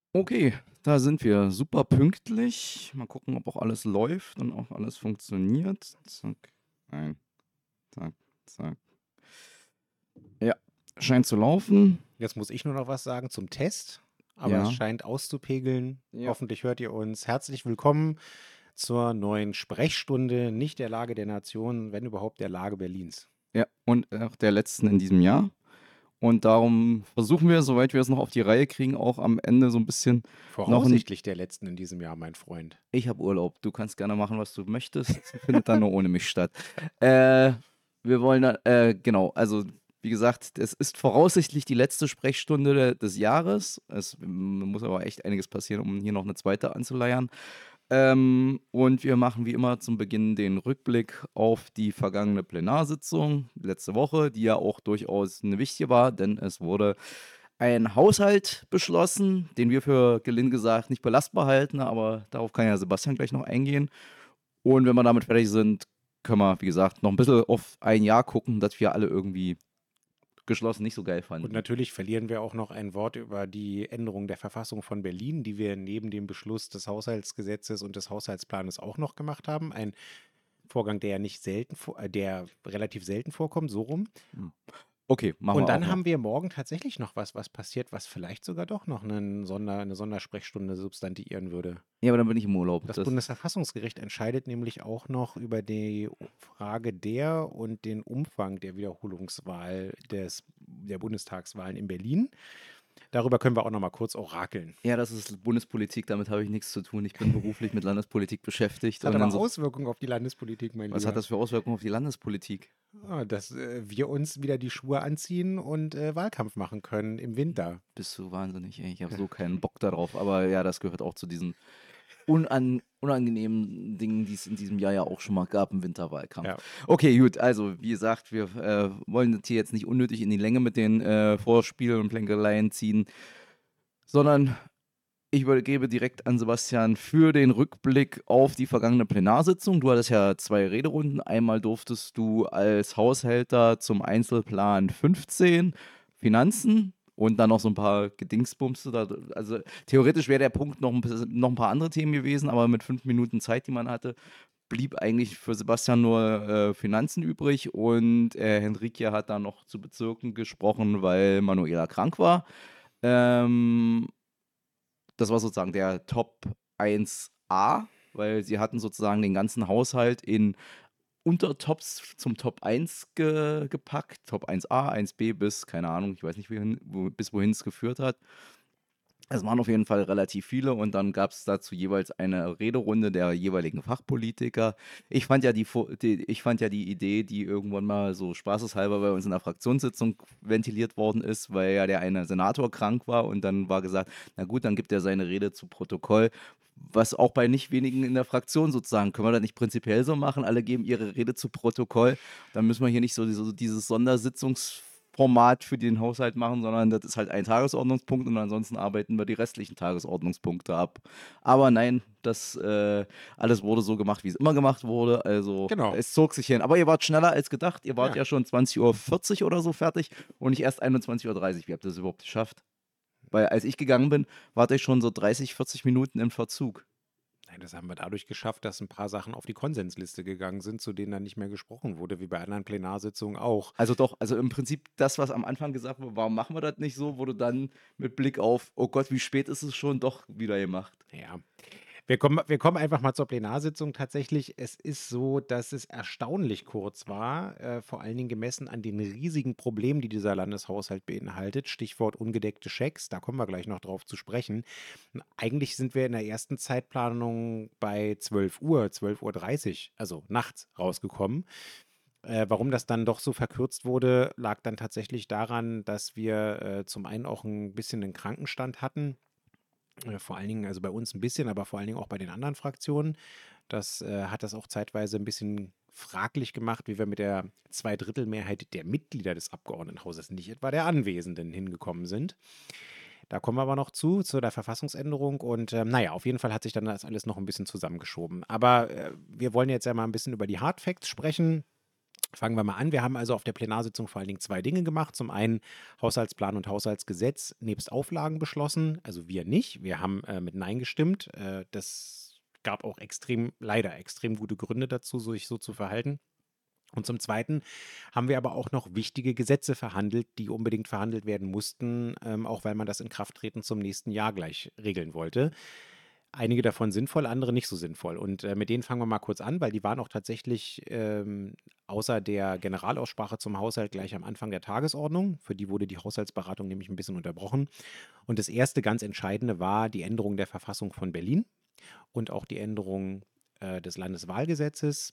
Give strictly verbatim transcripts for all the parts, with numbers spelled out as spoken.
Okay, da sind wir super pünktlich. Mal gucken, ob auch alles läuft und auch alles funktioniert. Zack, ein, zack, zack. Ja, scheint zu laufen. Jetzt muss ich nur noch was sagen zum Test, aber es Ja, scheint auszupegeln. ja. Hoffentlich hört ihr uns. Herzlich willkommen zur neuen Sprechstunde, nicht der Lage der Nation, wenn überhaupt der Lage Berlins. Ja, und auch der letzten in diesem Jahr. Und darum versuchen wir, soweit wir es noch auf die Reihe kriegen, auch am Ende so ein bisschen noch ein. Voraussichtlich der letzten in diesem Jahr, mein Freund. Ich habe Urlaub. Du kannst gerne machen, was du möchtest. Findet dann nur ohne mich statt. Äh, wir wollen, da- äh, genau, also wie gesagt, es ist voraussichtlich die letzte Sprechstunde de- des Jahres. Es m- muss aber echt einiges passieren, um hier noch eine zweite anzuleiern. Ähm, und wir machen wie immer zum Beginn den Rückblick auf die vergangene Plenarsitzung letzte Woche, die ja auch durchaus eine wichtige war, denn es wurde ein Haushalt beschlossen, den wir für gelinde gesagt nicht belastbar halten, aber darauf kann ja Sebastian gleich noch eingehen. Und wenn wir damit fertig sind, können wir, wie gesagt, noch ein bisschen auf ein Jahr gucken, das wir alle irgendwie geschlossen nicht so geil Und fanden. natürlich verlieren wir auch noch ein Wort über die Änderung der Verfassung von Berlin, die wir neben dem Beschluss des Haushaltsgesetzes und des Haushaltsplanes auch noch gemacht haben. Ein Vorgang, der ja nicht selten, vor- äh, der relativ selten vorkommt, so rum. Hm. Okay, machen Und wir auch dann noch. haben wir morgen tatsächlich noch was, was passiert, was vielleicht sogar doch noch einen Sonder, eine Sondersprechstunde substantiieren würde. Ja, aber dann bin ich im Urlaub. Das Das, Bundesverfassungsgericht entscheidet nämlich auch noch über die Frage der und den Umfang der Wiederholungswahl des, der Bundestagswahlen in Berlin. Darüber können wir auch noch mal kurz orakeln. ja, das ist Bundespolitik, damit habe ich nichts zu tun. Ich bin beruflich mit Landespolitik beschäftigt Es hat und aber insofern, Auswirkungen auf die Landespolitik, mein was hat Lieber. das für Auswirkungen auf die Landespolitik? Ah, dass äh, wir uns wieder die Schuhe anziehen und äh, Wahlkampf machen können im Winter. Bist du wahnsinnig, ey. Ich habe so keinen Bock darauf. Aber ja, das gehört auch zu diesen unan unangenehmen Dingen, die es in diesem Jahr ja auch schon mal gab im Winterwahlkampf. Ja. Okay, gut, also wie gesagt, wir äh, wollen das hier jetzt nicht unnötig in die Länge mit den äh, Vorspielen und Plänkeleien ziehen, sondern ich übergebe direkt an Sebastian für den Rückblick auf die vergangene Plenarsitzung. Du hattest ja zwei Rederunden. Einmal durftest du als Haushälter zum Einzelplan fünfzehn Finanzen und dann noch so ein paar Gedingsbumste. Da, also theoretisch wäre der Punkt noch ein, bisschen- noch ein paar andere Themen gewesen, aber mit fünf Minuten Zeit, die man hatte, blieb eigentlich für Sebastian nur äh, Finanzen übrig und äh, Henrike hat dann noch zu Bezirken gesprochen, weil Manuela krank war. Ähm, Das war sozusagen der Top eins a, weil sie hatten sozusagen den ganzen Haushalt in Untertops zum Top eins ge gepackt. Top eins a, eins b bis, keine Ahnung, ich weiß nicht, wohin, wo, bis wohin es geführt hat. Es waren auf jeden Fall relativ viele und dann gab es dazu jeweils eine Rederunde der jeweiligen Fachpolitiker. Ich fand ja die, Vo- die, ich fand ja die Idee, die irgendwann mal so spaßeshalber bei uns in der Fraktionssitzung ventiliert worden ist, weil ja der eine Senator krank war und dann war gesagt, na gut, dann gibt er seine Rede zu Protokoll. Was auch bei nicht wenigen in der Fraktion sozusagen, können wir das nicht prinzipiell so machen? Alle geben ihre Rede zu Protokoll. Dann müssen wir hier nicht so, so dieses Sondersitzungsformat für den Haushalt machen, sondern das ist halt ein Tagesordnungspunkt und ansonsten arbeiten wir die restlichen Tagesordnungspunkte ab. Aber nein, das äh, alles wurde so gemacht, wie es immer gemacht wurde. Also Genau. es zog sich hin. Aber ihr wart schneller als gedacht. Ihr wart Ja. ja schon zwanzig Uhr vierzig oder so fertig und nicht erst einundzwanzig Uhr dreißig. Wie habt ihr das überhaupt geschafft? Weil als ich gegangen bin, warte ich schon so dreißig, vierzig Minuten im Verzug. Nein, das haben wir dadurch geschafft, dass ein paar Sachen auf die Konsensliste gegangen sind, zu denen dann nicht mehr gesprochen wurde, wie bei anderen Plenarsitzungen auch. Also doch, also im Prinzip das, was am Anfang gesagt wurde, warum machen wir das nicht so, wurde dann mit Blick auf, oh Gott, wie spät ist es schon, doch wieder gemacht. Ja. Wir kommen, wir kommen einfach mal zur Plenarsitzung. Tatsächlich, es ist so, dass es erstaunlich kurz war, äh, vor allen Dingen gemessen an den riesigen Problemen, die dieser Landeshaushalt beinhaltet. Stichwort ungedeckte Schecks, da kommen wir gleich noch drauf zu sprechen. Eigentlich sind wir in der ersten Zeitplanung bei zwölf Uhr, zwölf Uhr dreißig, also nachts rausgekommen. Äh, warum das dann doch so verkürzt wurde, lag dann tatsächlich daran, dass wir äh, zum einen auch ein bisschen einen Krankenstand hatten. Äh, vor allen Dingen, also bei uns ein bisschen, aber vor allen Dingen auch bei den anderen Fraktionen. Das äh, hat das auch zeitweise ein bisschen fraglich gemacht, wie wir mit der Zweidrittelmehrheit der Mitglieder des Abgeordnetenhauses, nicht etwa der Anwesenden, hingekommen sind. Da kommen wir aber noch zu, zu der Verfassungsänderung. Und ähm, naja, auf jeden Fall hat sich dann das alles noch ein bisschen zusammengeschoben. Aber äh, wir wollen jetzt ja mal ein bisschen über die Hard Facts sprechen. Fangen wir mal an. Wir haben also auf der Plenarsitzung vor allen Dingen zwei Dinge gemacht. Zum einen Haushaltsplan und Haushaltsgesetz nebst Auflagen beschlossen. Also wir nicht. Wir haben äh, mit Nein gestimmt. Äh, das gab auch extrem, leider extrem gute Gründe dazu, sich so zu verhalten. Und zum Zweiten haben wir aber auch noch wichtige Gesetze verhandelt, die unbedingt verhandelt werden mussten, ähm, auch weil man das Inkrafttreten zum nächsten Jahr gleich regeln wollte. Einige davon sinnvoll, andere nicht so sinnvoll. Und äh, mit denen fangen wir mal kurz an, weil die waren auch tatsächlich ähm, außer der Generalaussprache zum Haushalt gleich am Anfang der Tagesordnung. Für die wurde die Haushaltsberatung nämlich ein bisschen unterbrochen. Und das erste ganz Entscheidende war die Änderung der Verfassung von Berlin und auch die Änderung äh, des Landeswahlgesetzes.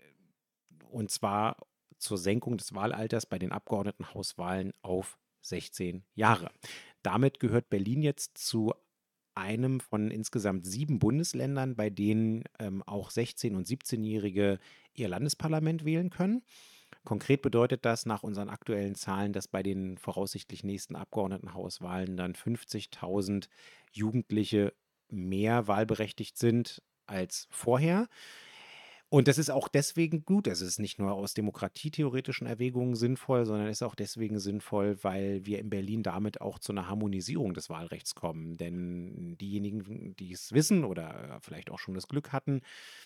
Und zwar zur Senkung des Wahlalters bei den Abgeordnetenhauswahlen auf sechzehn Jahre. Damit gehört Berlin jetzt zu einem von insgesamt sieben Bundesländern, bei denen ähm, auch sechzehn- und siebzehnjährige ihr Landesparlament wählen können. Konkret bedeutet das nach unseren aktuellen Zahlen, dass bei den voraussichtlich nächsten Abgeordnetenhauswahlen dann fünfzigtausend Jugendliche mehr wahlberechtigt sind als vorher. Und das ist auch deswegen gut. Also es ist nicht nur aus demokratietheoretischen Erwägungen sinnvoll, sondern ist auch deswegen sinnvoll, weil wir in Berlin damit auch zu einer Harmonisierung des Wahlrechts kommen. Denn diejenigen, die es wissen oder vielleicht auch schon das Glück hatten,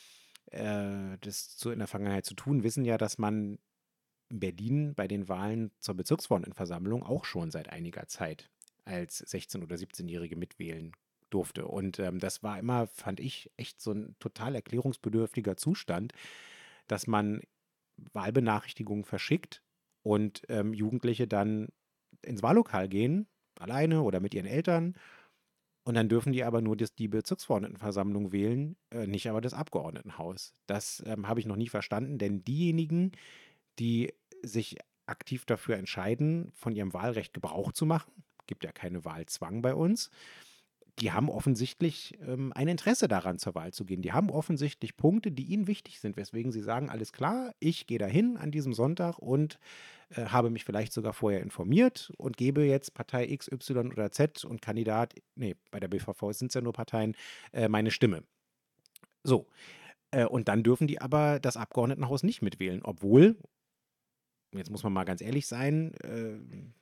äh, das zu, in der Vergangenheit zu tun, wissen ja, dass man in Berlin bei den Wahlen zur Bezirksverordnetenversammlung auch schon seit einiger Zeit als sechzehn- oder siebzehnjährige mitwählen durfte. Und ähm, das war immer, fand ich, echt so ein total erklärungsbedürftiger Zustand, dass man Wahlbenachrichtigungen verschickt und ähm, Jugendliche dann ins Wahllokal gehen, alleine oder mit ihren Eltern. Und dann dürfen die aber nur das, die Bezirksverordnetenversammlung wählen, äh, nicht aber das Abgeordnetenhaus. Das ähm, habe ich noch nie verstanden, denn diejenigen, die sich aktiv dafür entscheiden, von ihrem Wahlrecht Gebrauch zu machen, gibt ja keine Wahlzwang bei uns, die haben offensichtlich ähm, ein Interesse daran, zur Wahl zu gehen. Die haben offensichtlich Punkte, die ihnen wichtig sind, weswegen sie sagen, alles klar, ich gehe dahin an diesem Sonntag und äh, habe mich vielleicht sogar vorher informiert und gebe jetzt Partei X, Y oder Z und Kandidat, nee, bei der B V V sind es ja nur Parteien, äh, meine Stimme. So, äh, und dann dürfen die aber das Abgeordnetenhaus nicht mitwählen, obwohl, jetzt muss man mal ganz ehrlich sein, äh,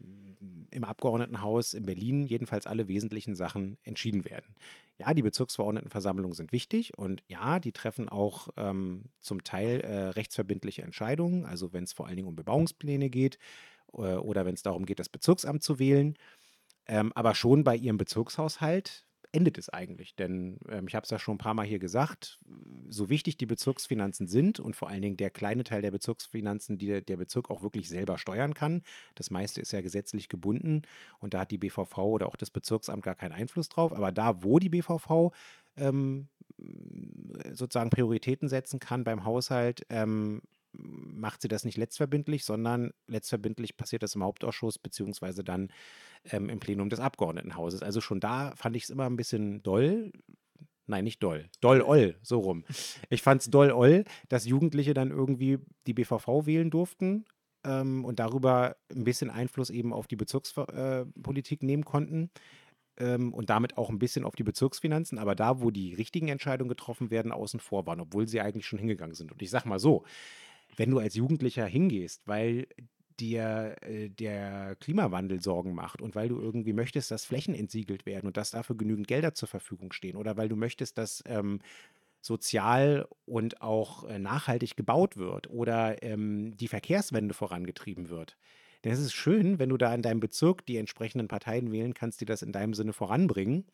im Abgeordnetenhaus in Berlin jedenfalls alle wesentlichen Sachen entschieden werden. Ja, die Bezirksverordnetenversammlungen sind wichtig und ja, die treffen auch ähm, zum Teil äh, rechtsverbindliche Entscheidungen, also wenn es vor allen Dingen um Bebauungspläne geht äh, oder wenn es darum geht, das Bezirksamt zu wählen. Ähm, aber schon bei ihrem Bezirkshaushalt endet es eigentlich. Denn ähm, ich habe es ja schon ein paar Mal hier gesagt, so wichtig die Bezirksfinanzen sind und vor allen Dingen der kleine Teil der Bezirksfinanzen, die der, der Bezirk auch wirklich selber steuern kann. Das meiste ist ja gesetzlich gebunden und da hat die B V V oder auch das Bezirksamt gar keinen Einfluss drauf. Aber da, wo die B V V ähm, sozusagen Prioritäten setzen kann beim Haushalt, ähm, macht sie das nicht letztverbindlich, sondern letztverbindlich passiert das im Hauptausschuss beziehungsweise dann ähm, im Plenum des Abgeordnetenhauses. Also schon da fand ich es immer ein bisschen doll. Nein, nicht doll. Doll-oll, so rum. Ich fand es doll-oll, dass Jugendliche dann irgendwie die B V V wählen durften ähm, und darüber ein bisschen Einfluss eben auf die Bezirkspolitik äh, nehmen konnten ähm, und damit auch ein bisschen auf die Bezirksfinanzen, aber da, wo die richtigen Entscheidungen getroffen werden, außen vor waren, obwohl sie eigentlich schon hingegangen sind. Und ich sag mal so, wenn du als Jugendlicher hingehst, weil dir äh, der Klimawandel Sorgen macht und weil du irgendwie möchtest, dass Flächen entsiegelt werden und dass dafür genügend Gelder zur Verfügung stehen oder weil du möchtest, dass ähm, sozial und auch äh, nachhaltig gebaut wird oder ähm, die Verkehrswende vorangetrieben wird. Denn es ist schön, wenn du da in deinem Bezirk die entsprechenden Parteien wählen kannst, die das in deinem Sinne voranbringen.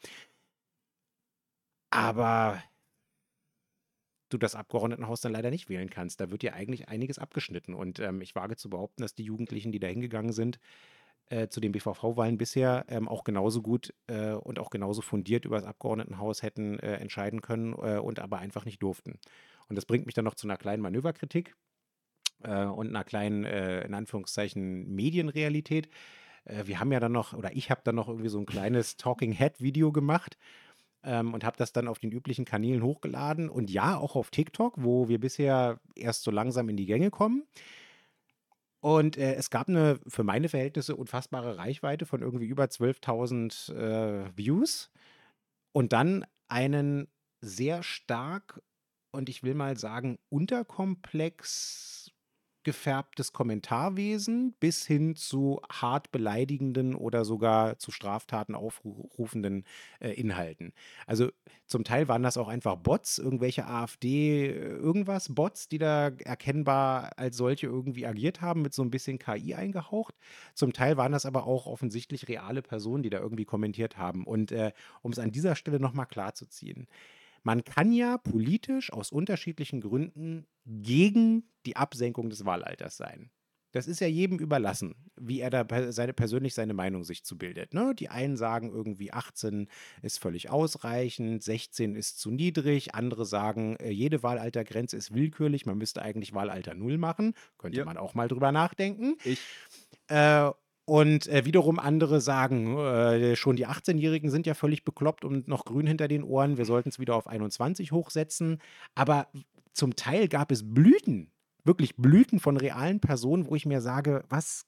Aber du das Abgeordnetenhaus dann leider nicht wählen kannst. Da wird dir eigentlich einiges abgeschnitten. Und ähm, ich wage zu behaupten, dass die Jugendlichen, die da hingegangen sind, äh, zu den B V V-Wahlen bisher ähm, auch genauso gut äh, und auch genauso fundiert über das Abgeordnetenhaus hätten äh, entscheiden können äh, und aber einfach nicht durften. Und das bringt mich dann noch zu einer kleinen Manöverkritik äh, und einer kleinen, äh, in Anführungszeichen, Medienrealität. Äh, wir haben ja dann noch, oder ich habe dann noch irgendwie so ein kleines Talking Head-Video gemacht ähm, und habe das dann auf den üblichen Kanälen hochgeladen und ja, auch auf TikTok, wo wir bisher erst so langsam in die Gänge kommen. Und äh, es gab eine für meine Verhältnisse unfassbare Reichweite von irgendwie über zwölftausend äh, Views und dann einen sehr stark und ich will mal sagen unterkomplex gefärbtes Kommentarwesen bis hin zu hart beleidigenden oder sogar zu Straftaten aufrufenden äh, Inhalten. Also zum Teil waren das auch einfach Bots, irgendwelche AfD, äh, irgendwas, Bots, die da erkennbar als solche irgendwie agiert haben, mit so ein bisschen K I eingehaucht. Zum Teil waren das aber auch offensichtlich reale Personen, die da irgendwie kommentiert haben. Und äh, um es an dieser Stelle nochmal klarzuziehen, man kann ja politisch aus unterschiedlichen Gründen gegen die Absenkung des Wahlalters sein. Das ist ja jedem überlassen, wie er da per- seine, persönlich seine Meinung sich zu bildet. Ne? Die einen sagen irgendwie achtzehn ist völlig ausreichend, sechzehn ist zu niedrig, andere sagen, äh, jede Wahlaltergrenze ist willkürlich, man müsste eigentlich Wahlalter null machen. Könnte Ja. man auch mal drüber nachdenken. Ich. Äh, und äh, wiederum andere sagen, äh, schon die achtzehn-Jährigen sind ja völlig bekloppt und noch grün hinter den Ohren. Wir sollten es wieder auf einundzwanzig hochsetzen. Aber zum Teil gab es Blüten, wirklich Blüten von realen Personen, wo ich mir sage, was,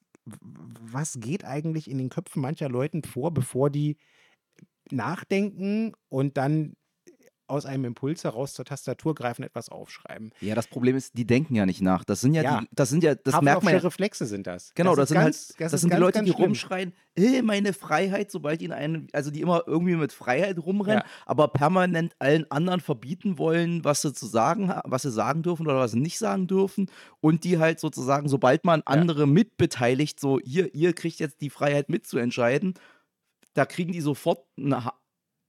was geht eigentlich in den Köpfen mancher Leuten vor, bevor die nachdenken und dann aus einem Impuls heraus zur Tastatur greifen, etwas aufschreiben. Ja, das Problem ist, die denken ja nicht nach. Das sind ja, Ja. die, das sind ja, das merkt man Pavlovsche ja. Reflexe sind das. Genau, das, ist sind ganz- halt, das das ist sind die ganz, Leute, ganz die schlimm. rumschreien, äh, meine Freiheit, sobald ihnen einen, also die immer irgendwie mit Freiheit rumrennen, Ja. aber permanent allen anderen verbieten wollen, was sie zu sagen, ha- was sie sagen dürfen oder was sie nicht sagen dürfen, und die halt sozusagen, sobald man andere mitbeteiligt, so, ihr, ihr kriegt jetzt die Freiheit mitzuentscheiden, da kriegen die sofort eine, Ha-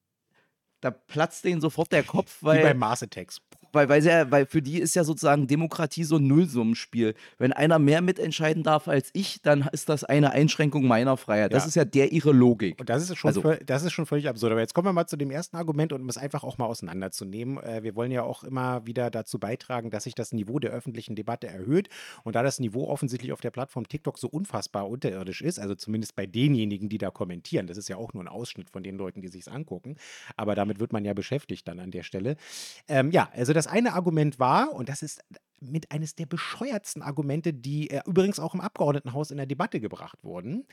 da platzt denen sofort der Kopf, Wie bei weil Mars Attacks. weil, weil, sie ja, weil für die ist ja sozusagen Demokratie so ein Nullsummenspiel. Wenn einer mehr mitentscheiden darf als ich, dann ist das eine Einschränkung meiner Freiheit. Das Ja. ist ja der ihre Logik. Und das ist, schon Also- völ- das ist schon völlig absurd. Aber jetzt kommen wir mal zu dem ersten Argument und um es einfach auch mal auseinanderzunehmen. Äh, wir wollen ja auch immer wieder dazu beitragen, dass sich das Niveau der öffentlichen Debatte erhöht. Und da das Niveau offensichtlich auf der Plattform TikTok so unfassbar unterirdisch ist, also zumindest bei denjenigen, die da kommentieren, das ist ja auch nur ein Ausschnitt von den Leuten, die sich es angucken, aber damit wird man ja beschäftigt dann an der Stelle. Ähm, ja, also das eine Argument war, und das ist mit eines der bescheuertsten Argumente, die äh, übrigens auch im Abgeordnetenhaus in der Debatte gebracht wurden,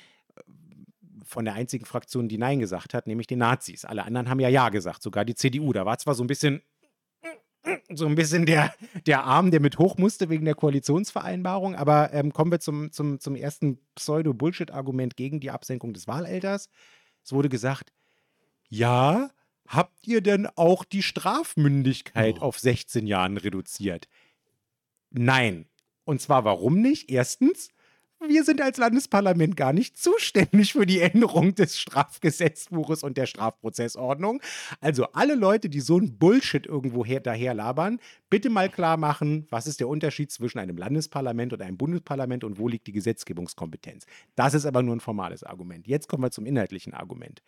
von der einzigen Fraktion, die Nein gesagt hat, nämlich den Nazis. Alle anderen haben ja Ja gesagt, sogar die C D U. Da war zwar so ein bisschen so ein bisschen der, der Arm, der mit hoch musste wegen der Koalitionsvereinbarung, aber ähm, kommen wir zum, zum, zum ersten Pseudo-Bullshit-Argument gegen die Absenkung des Wahlalters. Es wurde gesagt, ja, habt ihr denn auch die Strafmündigkeit Oh. auf sechzehn Jahren reduziert? Nein. Und zwar warum nicht? Erstens, wir sind als Landesparlament gar nicht zuständig für die Änderung des Strafgesetzbuches und der Strafprozessordnung. Also alle Leute, die so ein Bullshit irgendwo her daherlabern, bitte mal klar machen, was ist der Unterschied zwischen einem Landesparlament und einem Bundesparlament und wo liegt die Gesetzgebungskompetenz. Das ist aber nur ein formales Argument. Jetzt kommen wir zum inhaltlichen Argument.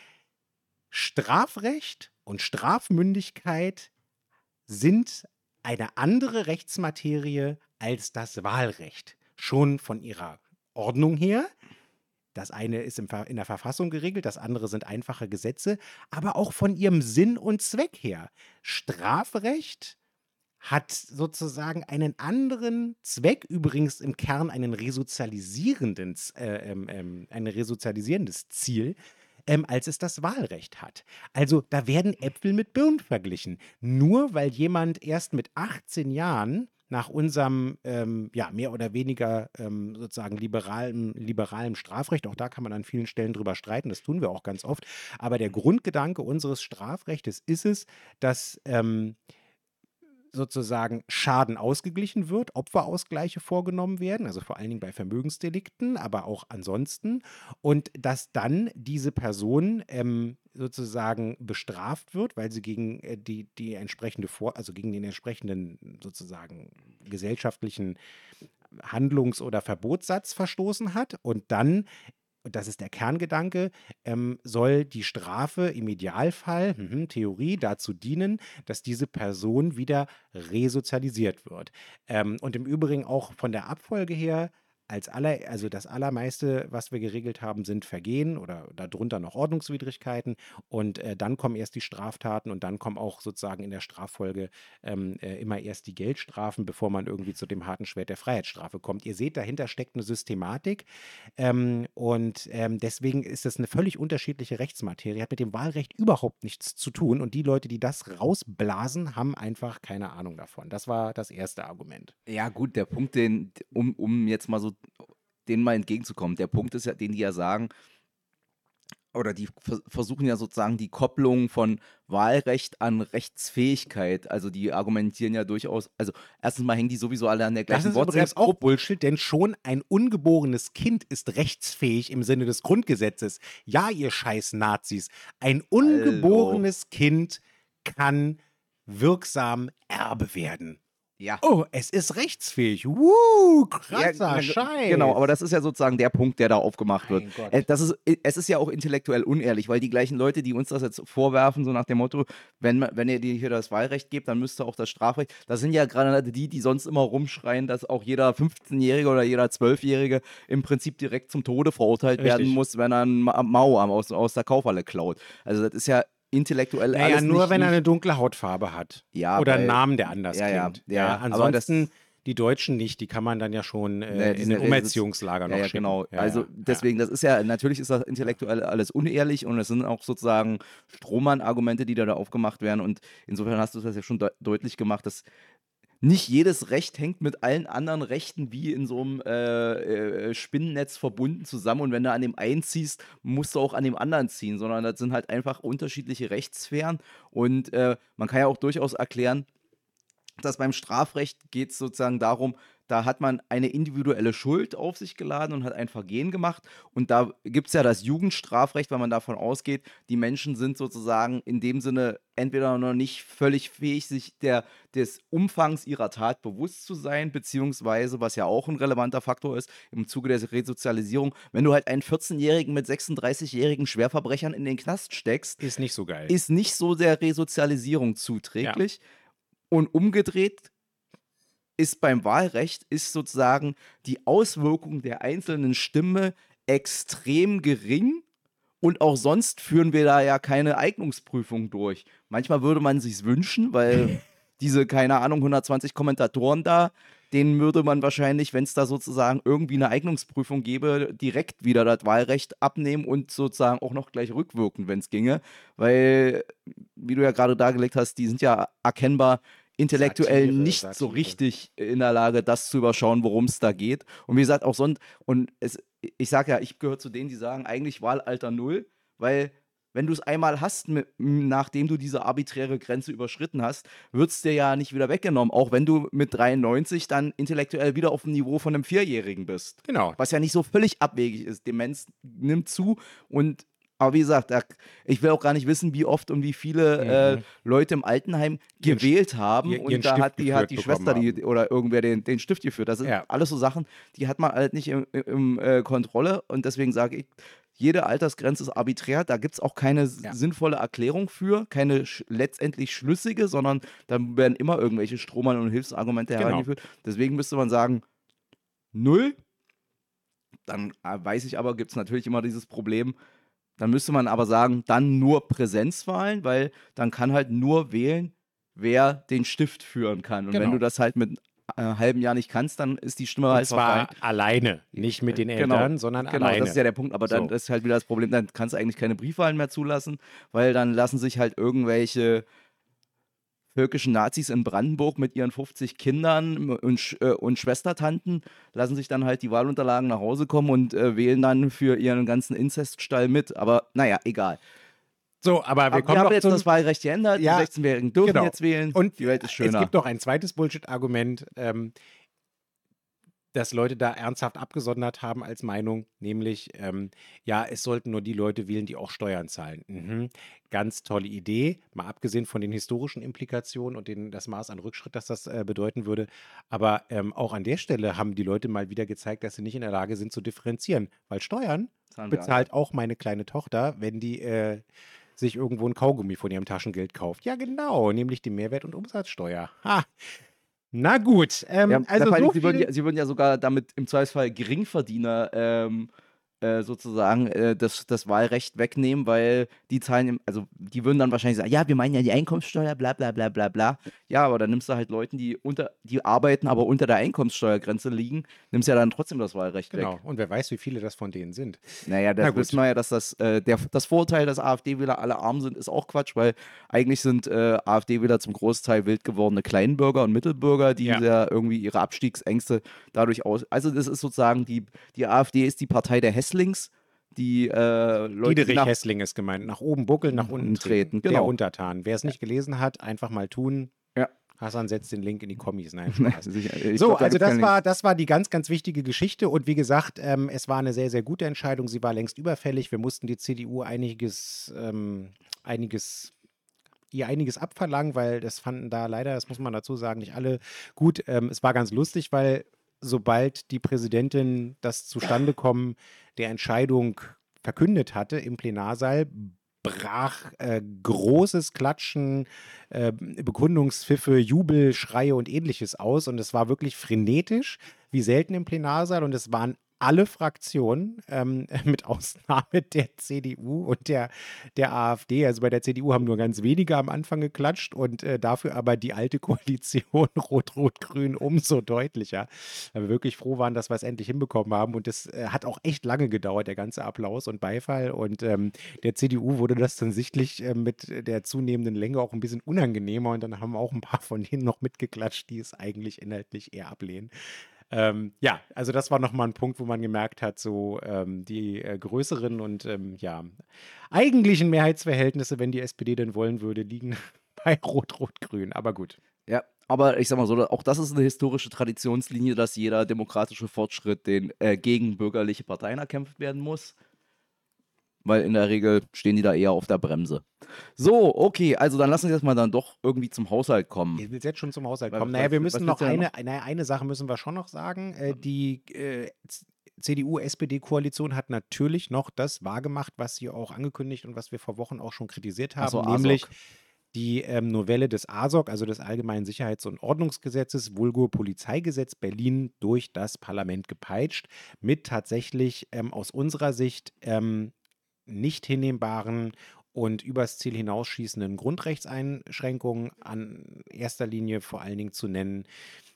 Strafrecht und Strafmündigkeit sind eine andere Rechtsmaterie als das Wahlrecht. Schon von ihrer Ordnung her. Das eine ist im Ver- in der Verfassung geregelt, das andere sind einfache Gesetze, aber auch von ihrem Sinn und Zweck her. Strafrecht hat sozusagen einen anderen Zweck, übrigens im Kern einen resozialisierenden, äh, ähm, ähm, ein resozialisierendes Ziel, ähm, als es das Wahlrecht hat. Also da werden Äpfel mit Birnen verglichen. Nur weil jemand erst mit achtzehn Jahren nach unserem ähm, ja, mehr oder weniger ähm, sozusagen liberalen, liberalen Strafrecht, auch da kann man an vielen Stellen drüber streiten, das tun wir auch ganz oft, aber der Grundgedanke unseres Strafrechtes ist es, dass ähm, sozusagen Schaden ausgeglichen wird, Opferausgleiche vorgenommen werden, also vor allen Dingen bei Vermögensdelikten, aber auch ansonsten, und dass dann diese Person ähm, sozusagen bestraft wird, weil sie gegen äh, die, die entsprechende Vor also gegen den entsprechenden sozusagen gesellschaftlichen Handlungs- oder Verbotssatz verstoßen hat und dann, und das ist der Kerngedanke, ähm, soll die Strafe im Idealfall, mhm, Theorie, dazu dienen, dass diese Person wieder resozialisiert wird. Ähm, und im Übrigen auch von der Abfolge her als aller, also das Allermeiste, was wir geregelt haben, sind Vergehen oder darunter noch Ordnungswidrigkeiten. Und äh, dann kommen erst die Straftaten und dann kommen auch sozusagen in der Straffolge ähm, äh, immer erst die Geldstrafen, bevor man irgendwie zu dem harten Schwert der Freiheitsstrafe kommt. Ihr seht, dahinter steckt eine Systematik. Ähm, und ähm, deswegen ist das eine völlig unterschiedliche Rechtsmaterie, hat mit dem Wahlrecht überhaupt nichts zu tun. Und die Leute, die das rausblasen, haben einfach keine Ahnung davon. Das war das erste Argument. Ja, gut, der Punkt, den, um, um jetzt mal so denen mal entgegenzukommen, der Punkt ist ja, den die ja sagen, oder die vers- versuchen ja sozusagen die Kopplung von Wahlrecht an Rechtsfähigkeit. Also die argumentieren ja durchaus, also erstens mal hängen die sowieso alle an der Das gleichen ist übrigens auch WhatsApp-Gruppe. Bullshit, denn schon ein ungeborenes Kind ist rechtsfähig im Sinne des Grundgesetzes. Ja, ihr scheiß Nazis, ein Hallo. ungeborenes Kind kann wirksam Erbe werden. Ja. Oh, es ist rechtsfähig. Wuh, krasser Ja, Scheiß. genau, aber das ist ja sozusagen der Punkt, der da aufgemacht wird. Mein Gott. Äh, Das ist, es ist ja auch intellektuell unehrlich, weil die gleichen Leute, die uns das jetzt vorwerfen, so nach dem Motto, wenn, ma- wenn ihr dir hier das Wahlrecht gebt, dann müsst ihr auch das Strafrecht. Das sind ja gerade die, die sonst immer rumschreien, dass auch jeder fünfzehnjährige oder jeder zwölfjährige im Prinzip direkt zum Tode verurteilt werden Richtig. muss, wenn er einen Ma- Mau am- aus, aus der Kaufhalle klaut. Also das ist ja intellektuell Naja, alles nur nicht, wenn er nicht eine dunkle Hautfarbe hat. Ja, Oder einen weil- Namen, der anders ja, ja, klingt. ja, aber das- ansonsten, die Deutschen nicht, die kann man dann ja schon äh, Ne, die in sind ein ja- Umerziehungslager Ja, noch ja, schicken. genau. Ja, also ja, deswegen, das ist ja, natürlich ist das intellektuell alles unehrlich und es sind auch sozusagen Strohmann-Argumente, die da, da aufgemacht werden. Und insofern hast du das ja schon de deutlich gemacht, dass nicht jedes Recht hängt mit allen anderen Rechten wie in so einem äh, äh, Spinnennetz verbunden zusammen. Und wenn du an dem einen ziehst, musst du auch an dem anderen ziehen, sondern das sind halt einfach unterschiedliche Rechtssphären. Und äh, man kann ja auch durchaus erklären, dass beim Strafrecht geht es sozusagen darum, da hat man eine individuelle Schuld auf sich geladen und hat ein Vergehen gemacht. Und da gibt es ja das Jugendstrafrecht, weil man davon ausgeht, die Menschen sind sozusagen in dem Sinne entweder noch nicht völlig fähig, sich der, des Umfangs ihrer Tat bewusst zu sein, beziehungsweise, was ja auch ein relevanter Faktor ist, im Zuge der Resozialisierung, wenn du halt einen vierzehnjährigen mit sechsunddreißigjährigen Schwerverbrechern in den Knast steckst, ist nicht so geil. ist nicht so der Resozialisierung zuträglich. Und umgedreht ist beim Wahlrecht ist sozusagen die Auswirkung der einzelnen Stimme extrem gering und auch sonst führen wir da ja keine Eignungsprüfung durch. Manchmal würde man sich's wünschen, weil diese, keine Ahnung, hundertzwanzig Kommentatoren da, denen würde man wahrscheinlich, wenn es da sozusagen irgendwie eine Eignungsprüfung gäbe, direkt wieder das Wahlrecht abnehmen und sozusagen auch noch gleich rückwirken, wenn es ginge. Weil, wie du ja gerade dargelegt hast, die sind ja erkennbar intellektuell Satire, nicht so Satire. richtig in der Lage, das zu überschauen, worum es da geht. Und wie gesagt, auch sonst, und es, ich sage ja, ich gehöre zu denen, die sagen, eigentlich Wahlalter null, weil wenn du es einmal hast, mit, nachdem du diese arbiträre Grenze überschritten hast, wird es dir ja nicht wieder weggenommen, auch wenn du mit dreiundneunzig dann intellektuell wieder auf dem Niveau von einem Vierjährigen bist. Genau. Was ja nicht so völlig abwegig ist. Demenz nimmt zu und aber wie gesagt, da, ich will auch gar nicht wissen, wie oft und wie viele äh, Mhm. Leute im Altenheim Ihren gewählt haben ihr- ihren und da Stift hat die, hat die geführt Schwester bekommen die, oder irgendwer den, den Stift geführt. Das sind Ja. alles so Sachen, die hat man halt nicht im, im äh, Kontrolle und deswegen sage ich, jede Altersgrenze ist arbiträr, da gibt es auch keine s- Ja. sinnvolle Erklärung für, keine sch letztendlich schlüssige, sondern da werden immer irgendwelche Strohmann- und Hilfsargumente Genau. herangeführt. Deswegen müsste man sagen, null. Dann äh, weiß ich aber, gibt es natürlich immer dieses Problem, dann müsste man aber sagen, dann nur Präsenzwahlen, weil dann kann halt nur wählen, wer den Stift führen kann. Und wenn Genau. du das halt mit äh, halbem Jahr nicht kannst, dann ist die Stimme Und halt zwar verfallen. alleine, nicht mit den Genau, Eltern, sondern Genau, alleine. das ist ja der Punkt. Aber dann So. ist halt wieder das Problem, dann kannst du eigentlich keine Briefwahlen mehr zulassen, weil dann lassen sich halt irgendwelche völkischen Nazis in Brandenburg mit ihren fünfzig Kindern und, Sch äh, und Schwestertanten lassen sich dann halt die Wahlunterlagen nach Hause kommen und äh, wählen dann für ihren ganzen Inzeststall mit. Aber naja, egal. So, aber wir Aber wir kommen haben noch jetzt zum... das Wahlrecht geändert, Ja, die sechzehnjährigen dürfen genau. jetzt wählen Und die Welt ist es schöner. gibt noch ein zweites Bullshit-Argument, ähm, das Leute da ernsthaft abgesondert haben als Meinung, nämlich, ähm, ja, es sollten nur die Leute wählen, die auch Steuern zahlen. Mhm. Ganz tolle Idee, mal abgesehen von den historischen Implikationen und den, das Maß an Rückschritt, das das äh, bedeuten würde. Aber ähm, auch an der Stelle haben die Leute mal wieder gezeigt, dass sie nicht in der Lage sind zu differenzieren, weil Steuern Zahlen wir bezahlt auch meine kleine Tochter, wenn die äh, sich irgendwo ein Kaugummi von ihrem Taschengeld kauft. Ja, genau, nämlich die Mehrwert- und Umsatzsteuer. Ha! Na gut, Ja, ähm, na, also vor allen so Dingen, sie würden viel ja, sie würden ja sogar damit im Zweifelsfall Geringverdiener ähm, äh, sozusagen äh, das, das Wahlrecht wegnehmen, weil die zahlen, im, also die würden dann wahrscheinlich sagen, ja, wir meinen ja die Einkommenssteuer, bla bla bla bla bla. Ja, aber dann nimmst du halt Leuten, die unter, die arbeiten, aber unter der Einkommenssteuergrenze liegen, nimmst ja dann trotzdem das Wahlrecht genau, weg. und wer weiß, wie viele das von denen sind. Naja, Na das wissen gut. wir ja, dass das, äh, der, das Vorurteil, dass AfD-Wähler alle arm sind, ist auch Quatsch, weil eigentlich sind äh, AfD-Wähler zum Großteil wild gewordene Kleinbürger und Mittelbürger, die Ja. ja irgendwie ihre Abstiegsängste dadurch aus. Also, das ist sozusagen die, die AfD ist die Partei der Hässlings, die äh, Leute, die Diederich nach Hässling ist gemeint. Nach oben buckeln, nach unten treten. treten. Der Genau. Untertan. Wer es nicht gelesen hat, einfach mal tun. Ja. Hassan setzt den Link in die Kommis. Nein, Spaß. Sicher. Ich So, glaub, da also gibt's keinen das Link. war, das war die ganz, ganz wichtige Geschichte. Und wie gesagt, ähm, es war eine sehr, sehr gute Entscheidung. Sie war längst überfällig. Wir mussten die C D U einiges, ähm, einiges, ihr einiges abverlangen, weil das fanden da leider, das muss man dazu sagen, nicht alle gut. Ähm, es war ganz lustig, weil sobald die Präsidentin das Zustandekommen der Entscheidung verkündet hatte im Plenarsaal, brach äh, großes Klatschen, äh, Bekundungspfiffe, Jubel, Schreie und ähnliches aus. Und es war wirklich frenetisch, wie selten im Plenarsaal. Und es waren alle Fraktionen, ähm, mit Ausnahme der C D U und der, der AfD. Also bei der C D U haben nur ganz wenige am Anfang geklatscht und äh, dafür aber die alte Koalition Rot-Rot-Grün umso deutlicher. Weil wir wirklich froh waren, dass wir es endlich hinbekommen haben. Und es äh, hat auch echt lange gedauert, der ganze Applaus und Beifall. Und ähm, der C D U wurde das dann sichtlich äh, mit der zunehmenden Länge auch ein bisschen unangenehmer. Und dann haben auch ein paar von denen noch mitgeklatscht, die es eigentlich inhaltlich eher ablehnen. Ähm, ja, also das war nochmal ein Punkt, wo man gemerkt hat, so ähm, die äh, größeren und ähm, ja, eigentlichen Mehrheitsverhältnisse, wenn die S P D denn wollen würde, liegen bei Rot-Rot-Grün. Aber gut. Ja, aber ich sag mal so, auch das ist eine historische Traditionslinie, dass jeder demokratische Fortschritt den, äh, gegen bürgerliche Parteien erkämpft werden muss. Weil in der Regel stehen die da eher auf der Bremse. So, okay, also dann lass uns jetzt mal dann doch irgendwie zum Haushalt kommen. Ich will jetzt schon zum Haushalt Weil- kommen. was- Naja, wir was müssen willst noch du denn eine, naja, eine Sache müssen wir schon noch sagen. Äh, die äh, C D U-S P D-Koalition hat natürlich noch das wahrgemacht, was sie auch angekündigt und was wir vor Wochen auch schon kritisiert Ach haben, so, nämlich ASOC. die ähm, Novelle des A S O K, also des Allgemeinen Sicherheits- und Ordnungsgesetzes, vulgo Polizeigesetz Berlin, durch das Parlament gepeitscht, mit tatsächlich ähm, aus unserer Sicht ähm, nicht hinnehmbaren und übers Ziel hinausschießenden Grundrechtseinschränkungen, an erster Linie vor allen Dingen zu nennen,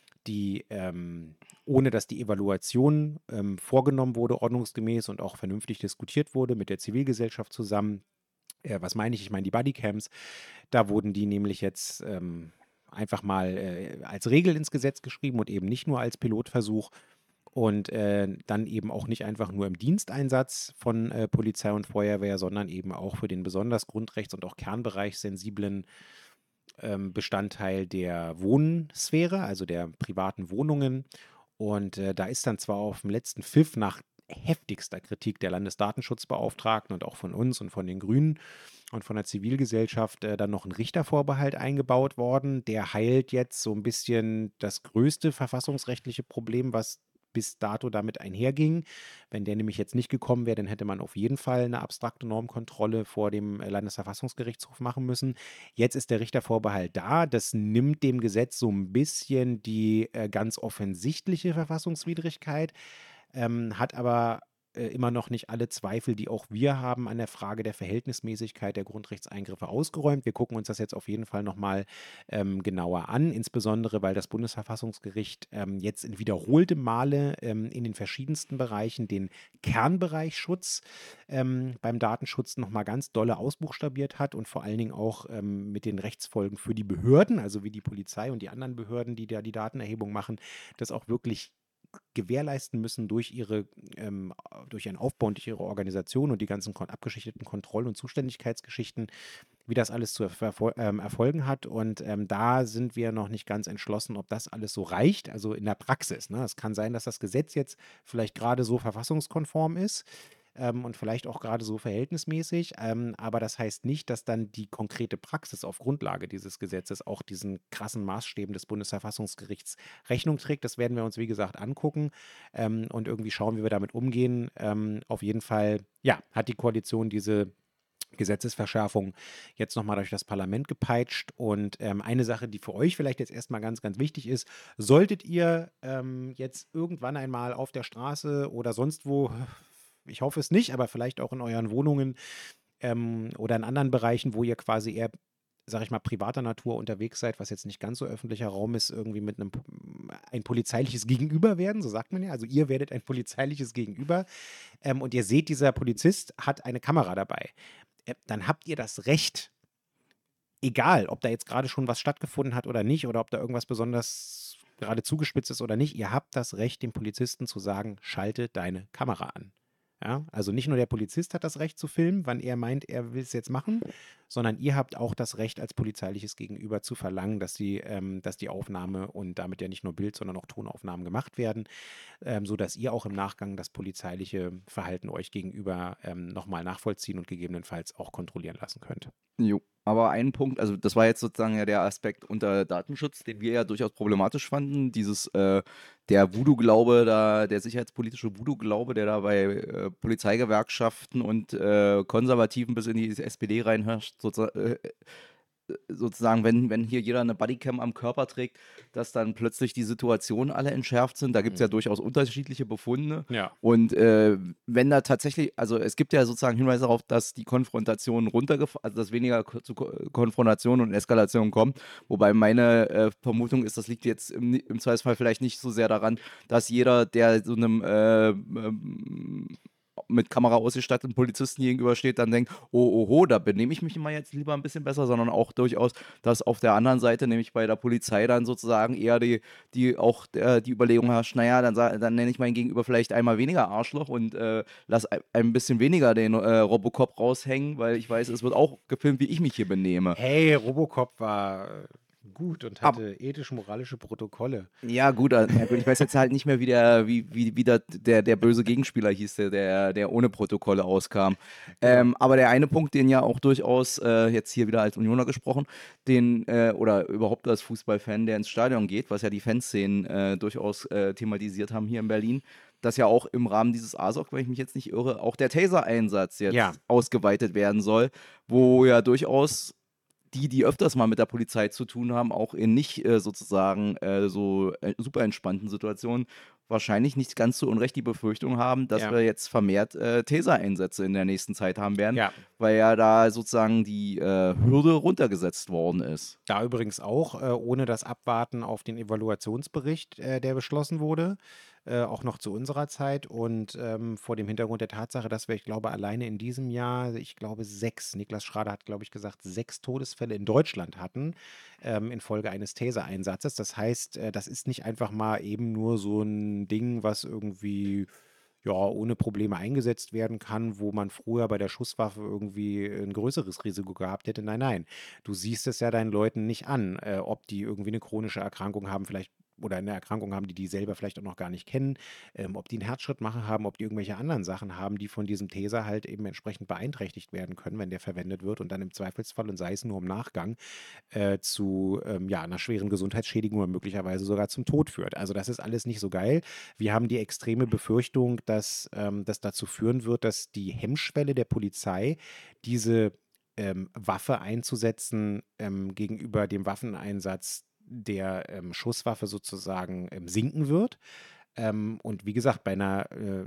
die ähm, ohne dass die Evaluation ähm, vorgenommen wurde, ordnungsgemäß und auch vernünftig diskutiert wurde mit der Zivilgesellschaft zusammen. Äh, was meine ich? Ich meine die Bodycams. Da wurden die nämlich jetzt ähm, einfach mal äh, als Regel ins Gesetz geschrieben und eben nicht nur als Pilotversuch. Und äh, dann eben auch nicht einfach nur im Diensteinsatz von äh, Polizei und Feuerwehr, sondern eben auch für den besonders grundrechts- und auch kernbereichssensiblen ähm, Bestandteil der Wohnsphäre, also der privaten Wohnungen. Und äh, da ist dann zwar auf dem letzten Pfiff nach heftigster Kritik der Landesdatenschutzbeauftragten und auch von uns und von den Grünen und von der Zivilgesellschaft äh, dann noch ein Richtervorbehalt eingebaut worden. Der heilt jetzt so ein bisschen das größte verfassungsrechtliche Problem, was bis dato damit einherging. Wenn der nämlich jetzt nicht gekommen wäre, dann hätte man auf jeden Fall eine abstrakte Normkontrolle vor dem äh, Landesverfassungsgerichtshof machen müssen. Jetzt ist der Richtervorbehalt da. Das nimmt dem Gesetz so ein bisschen die äh, ganz offensichtliche Verfassungswidrigkeit, ähm, hat aber äh, immer noch nicht alle Zweifel, die auch wir haben, an der Frage der Verhältnismäßigkeit der Grundrechtseingriffe ausgeräumt. Wir gucken uns das jetzt auf jeden Fall nochmal ähm, genauer an, insbesondere weil das Bundesverfassungsgericht ähm, jetzt in wiederholtem Male ähm, in den verschiedensten Bereichen den Kernbereichsschutz ähm, beim Datenschutz nochmal ganz dolle ausbuchstabiert hat und vor allen Dingen auch ähm, mit den Rechtsfolgen für die Behörden, also wie die Polizei und die anderen Behörden, die da die Datenerhebung machen, das auch wirklich gewährleisten müssen durch ihre, ähm, durch ihren Aufbau und durch ihre Organisation und die ganzen kon abgeschichteten Kontroll- und Zuständigkeitsgeschichten, wie das alles zu erfol ähm, erfolgen hat. Und ähm, da sind wir noch nicht ganz entschlossen, ob das alles so reicht, also in der Praxis. Ne? Es kann sein, dass das Gesetz jetzt vielleicht gerade so verfassungskonform ist ähm, und vielleicht auch gerade so verhältnismäßig. Ähm, aber das heißt nicht, dass dann die konkrete Praxis auf Grundlage dieses Gesetzes auch diesen krassen Maßstäben des Bundesverfassungsgerichts Rechnung trägt. Das werden wir uns, wie gesagt, angucken ähm, und irgendwie schauen, wie wir damit umgehen. Ähm, auf jeden Fall, ja, hat die Koalition diese Gesetzesverschärfung jetzt nochmal durch das Parlament gepeitscht. Und ähm, eine Sache, die für euch vielleicht jetzt erstmal ganz, ganz wichtig ist, solltet ihr ähm, jetzt irgendwann einmal auf der Straße oder sonst wo, ich hoffe es nicht, aber vielleicht auch in euren Wohnungen ähm, oder in anderen Bereichen, wo ihr quasi eher, sag ich mal, privater Natur unterwegs seid, was jetzt nicht ganz so öffentlicher Raum ist, irgendwie mit einem ein polizeiliches Gegenüber werden, so sagt man ja. Also ihr werdet ein polizeiliches Gegenüber ähm, und ihr seht, dieser Polizist hat eine Kamera dabei. Äh, dann habt ihr das Recht, egal, ob da jetzt gerade schon was stattgefunden hat oder nicht, oder ob da irgendwas besonders gerade zugespitzt ist oder nicht, ihr habt das Recht, dem Polizisten zu sagen, schalte deine Kamera an. Ja, also nicht nur der Polizist hat das Recht zu filmen, wann er meint, er will es jetzt machen, sondern ihr habt auch das Recht als polizeiliches Gegenüber zu verlangen, dass die, ähm, dass die Aufnahme und damit ja nicht nur Bild, sondern auch Tonaufnahmen gemacht werden, ähm, sodass ihr auch im Nachgang das polizeiliche Verhalten euch gegenüber ähm, nochmal nachvollziehen und gegebenenfalls auch kontrollieren lassen könnt. Jo. Aber ein Punkt, also das war jetzt sozusagen ja der Aspekt unter Datenschutz, den wir ja durchaus problematisch fanden. Dieses, äh, der Voodoo-Glaube, da, der sicherheitspolitische Voodoo-Glaube, der da bei äh, Polizeigewerkschaften und äh, Konservativen bis in die S P D reinherrscht, sozusagen, äh, sozusagen, wenn, wenn hier jeder eine Bodycam am Körper trägt, dass dann plötzlich die Situationen alle entschärft sind. Da gibt es ja Mhm. durchaus unterschiedliche Befunde. Ja. Und äh, wenn da tatsächlich, also es gibt ja sozusagen Hinweise darauf, dass die Konfrontation runtergefahren, also dass weniger ko- zu Ko- Konfrontation und Eskalation kommt. Wobei meine äh, Vermutung ist, das liegt jetzt im, im Zweifelsfall vielleicht nicht so sehr daran, dass jeder, der so einem äh, ähm, mit Kamera ausgestatteten Polizisten gegenübersteht, dann denkt, oh, oho, da benehme ich mich mal jetzt lieber ein bisschen besser, sondern auch durchaus, dass auf der anderen Seite, nämlich bei der Polizei dann sozusagen eher die, die auch der, die Überlegung herrscht, naja, dann, sa- dann nenne ich mein Gegenüber vielleicht einmal weniger Arschloch und äh, lass ein, ein bisschen weniger den äh, Robocop raushängen, weil ich weiß, es wird auch gefilmt, wie ich mich hier benehme. Hey, Robocop war äh, gut und Ab, hatte ethisch-moralische Protokolle. Ja, gut, äh, ja, gut, ich weiß jetzt halt nicht mehr, wie der, wie, wie, wie der, der, der böse Gegenspieler hieß, der, der, der ohne Protokolle auskam. Genau. Ähm, aber der eine Punkt, den ja auch durchaus, äh, jetzt hier wieder als Unioner gesprochen, den, äh, oder überhaupt als Fußballfan, der ins Stadion geht, was ja die Fanszenen äh, durchaus äh, thematisiert haben hier in Berlin, dass ja auch im Rahmen dieses A S O K, wenn ich mich jetzt nicht irre, auch der Taser-Einsatz jetzt Ja, ausgeweitet werden soll, wo ja durchaus die, die öfters mal mit der Polizei zu tun haben, auch in nicht äh, sozusagen äh, so äh, super entspannten Situationen, wahrscheinlich nicht ganz so unrecht die Befürchtung haben, dass ja, wir jetzt vermehrt äh, Taser-Einsätze in der nächsten Zeit haben werden, ja. weil ja da sozusagen die äh, Hürde runtergesetzt worden ist. Da übrigens auch, äh, ohne das Abwarten auf den Evaluationsbericht, äh, der beschlossen wurde, äh, auch noch zu unserer Zeit und ähm, vor dem Hintergrund der Tatsache, dass wir, ich glaube, alleine in diesem Jahr, ich glaube, sechs, Niklas Schrader hat, glaube ich, gesagt, sechs Todesfälle in Deutschland hatten ähm, infolge eines Taser-Einsatzes. Das heißt, äh, das ist nicht einfach mal eben nur so ein Ding, was irgendwie ja, ohne Probleme eingesetzt werden kann, wo man früher bei der Schusswaffe irgendwie ein größeres Risiko gehabt hätte. Nein, nein. Du siehst es ja deinen Leuten nicht an, äh, ob die irgendwie eine chronische Erkrankung haben, vielleicht oder eine Erkrankung haben, die die selber vielleicht auch noch gar nicht kennen, ähm, ob die einen Herzschrittmacher haben, ob die irgendwelche anderen Sachen haben, die von diesem Taser halt eben entsprechend beeinträchtigt werden können, wenn der verwendet wird und dann im Zweifelsfall, und sei es nur im Nachgang, äh, zu ähm, ja, einer schweren Gesundheitsschädigung oder möglicherweise sogar zum Tod führt. Also das ist alles nicht so geil. Wir haben die extreme Befürchtung, dass ähm, das dazu führen wird, dass die Hemmschwelle der Polizei, diese ähm, Waffe einzusetzen, ähm, gegenüber dem Waffeneinsatz der ähm, Schusswaffe sozusagen ähm, sinken wird. Ähm, und wie gesagt, bei einer äh,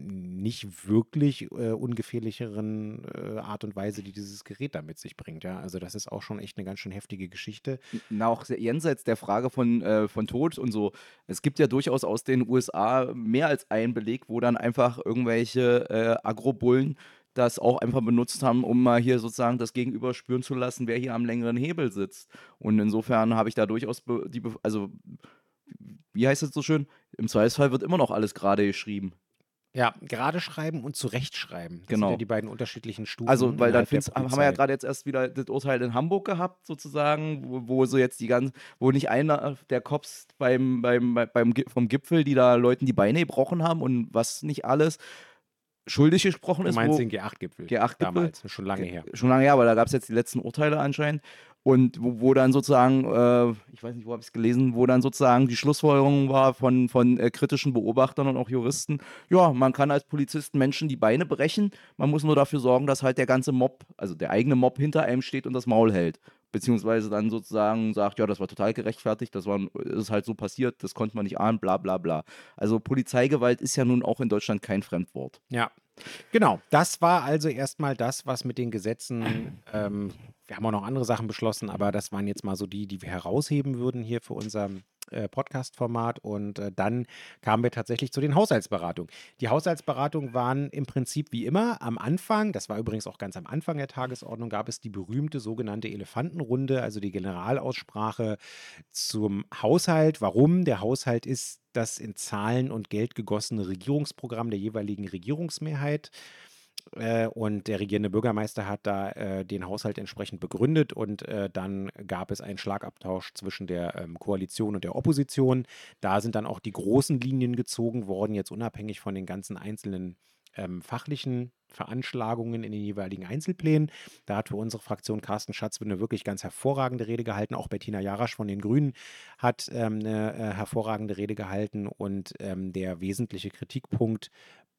nicht wirklich äh, ungefährlicheren äh, Art und Weise, die dieses Gerät da mit sich bringt. Ja, also das ist auch schon echt eine ganz schön heftige Geschichte. Na, auch sehr- jenseits der Frage von, äh, von Tod und so. Es gibt ja durchaus aus den U S A mehr als einen Beleg, wo dann einfach irgendwelche äh, Agrobullen das auch einfach benutzt haben, um mal hier sozusagen das Gegenüber spüren zu lassen, wer hier am längeren Hebel sitzt. Und insofern habe ich da durchaus, be die, be also, wie heißt es so schön? Im Zweifelsfall wird immer noch alles gerade geschrieben. Ja, gerade schreiben und zurechtschreiben. Das sind ja Genau. die beiden unterschiedlichen Also, Stufen weil dann innerhalb der find's, haben wir ja Polizei. gerade jetzt erst wieder das Urteil in Hamburg gehabt, sozusagen, wo, wo so jetzt die ganzen, wo nicht einer der Cops beim, beim, bei- beim, Gi- vom Gipfel, die da Leuten die Beine gebrochen haben und was nicht alles, schuldig gesprochen Du ist, meinst wo den G acht-Gipfel G acht Gipfel, damals, schon lange her. schon lange her, aber da gab es jetzt die letzten Urteile anscheinend. Und wo, wo dann sozusagen, äh, ich weiß nicht, wo habe ich es gelesen, wo dann sozusagen die Schlussfolgerung war von, von äh, kritischen Beobachtern und auch Juristen, ja, man kann als Polizist Menschen die Beine brechen, man muss nur dafür sorgen, dass halt der ganze Mob, also der eigene Mob hinter einem steht und das Maul hält. Beziehungsweise dann sozusagen sagt, ja, das war total gerechtfertigt, das war, ist halt so passiert, das konnte man nicht ahnen, bla bla bla. Also Polizeigewalt ist ja nun auch in Deutschland kein Fremdwort. Ja, genau. Das war also erstmal das, was mit den Gesetzen, ähm, wir haben auch noch andere Sachen beschlossen, aber das waren jetzt mal so die, die wir herausheben würden hier für unser äh, Podcast-Format. Und äh, dann kamen wir tatsächlich zu den Haushaltsberatungen. Die Haushaltsberatungen waren im Prinzip wie immer am Anfang, das war übrigens auch ganz am Anfang der Tagesordnung, gab es die berühmte sogenannte Elefantenrunde, also die Generalaussprache zum Haushalt. Warum? Der Haushalt ist das in Zahlen und Geld gegossene Regierungsprogramm der jeweiligen Regierungsmehrheit. Äh, und der regierende Bürgermeister hat da äh, den Haushalt entsprechend begründet und äh, dann gab es einen Schlagabtausch zwischen der ähm, Koalition und der Opposition. Da sind dann auch die großen Linien gezogen worden, jetzt unabhängig von den ganzen einzelnen ähm, fachlichen Veranschlagungen in den jeweiligen Einzelplänen. Da hat für unsere Fraktion Carsten Schatz eine wirklich ganz hervorragende Rede gehalten. Auch Bettina Jarasch von den Grünen hat ähm, eine äh, hervorragende Rede gehalten. Und ähm, der wesentliche Kritikpunkt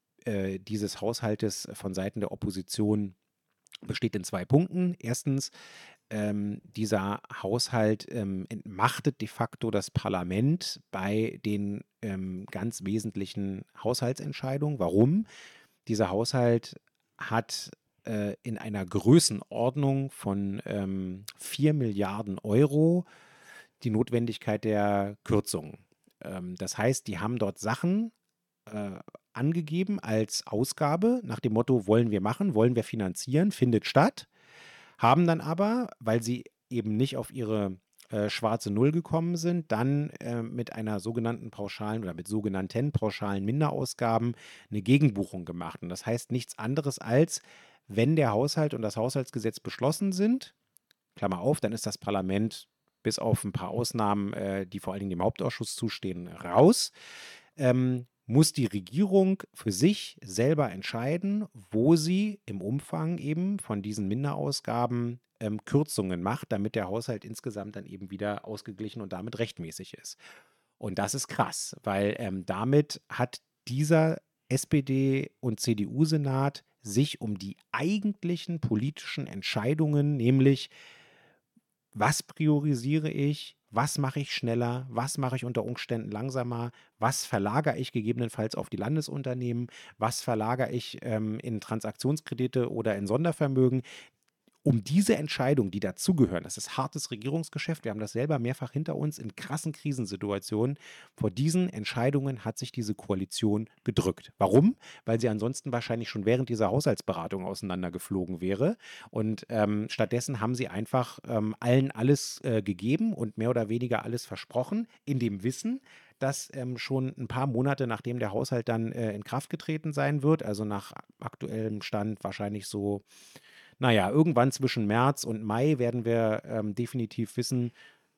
äh, dieses Haushaltes von Seiten der Opposition besteht in zwei Punkten. Erstens, ähm, dieser Haushalt ähm, entmachtet de facto das Parlament bei den ähm, ganz wesentlichen Haushaltsentscheidungen. Warum? Dieser Haushalt hat äh, in einer Größenordnung von ähm, vier Milliarden Euro die Notwendigkeit der Kürzungen. Ähm, das heißt, die haben dort Sachen äh, angegeben als Ausgabe nach dem Motto, wollen wir machen, wollen wir finanzieren, findet statt, haben dann aber, weil sie eben nicht auf ihre äh, schwarze Null gekommen sind, dann äh, mit einer sogenannten pauschalen oder mit sogenannten pauschalen Minderausgaben eine Gegenbuchung gemacht. Und das heißt nichts anderes als, wenn der Haushalt und das Haushaltsgesetz beschlossen sind, Klammer auf, dann ist das Parlament bis auf ein paar Ausnahmen, äh, die vor allen Dingen dem Hauptausschuss zustehen, raus. Ähm, muss die Regierung für sich selber entscheiden, wo sie im Umfang eben von diesen Minderausgaben ähm, Kürzungen macht, damit der Haushalt insgesamt dann eben wieder ausgeglichen und damit rechtmäßig ist. Und das ist krass, weil ähm, damit hat dieser S P D- und C D U-Senat sich um die eigentlichen politischen Entscheidungen, nämlich was priorisiere ich, was mache ich schneller, was mache ich unter Umständen langsamer, was verlagere ich gegebenenfalls auf die Landesunternehmen, was verlagere ich ähm, in Transaktionskredite oder in Sondervermögen. Um diese Entscheidungen, die dazugehören, das ist hartes Regierungsgeschäft, wir haben das selber mehrfach hinter uns in krassen Krisensituationen, vor diesen Entscheidungen hat sich diese Koalition gedrückt. Warum? Weil sie ansonsten wahrscheinlich schon während dieser Haushaltsberatung auseinandergeflogen wäre und ähm, stattdessen haben sie einfach ähm, allen alles äh, gegeben und mehr oder weniger alles versprochen, in dem Wissen, dass ähm, schon ein paar Monate nachdem der Haushalt dann äh, in Kraft getreten sein wird, also nach aktuellem Stand wahrscheinlich so, naja, irgendwann zwischen März und Mai werden wir ähm, definitiv wissen,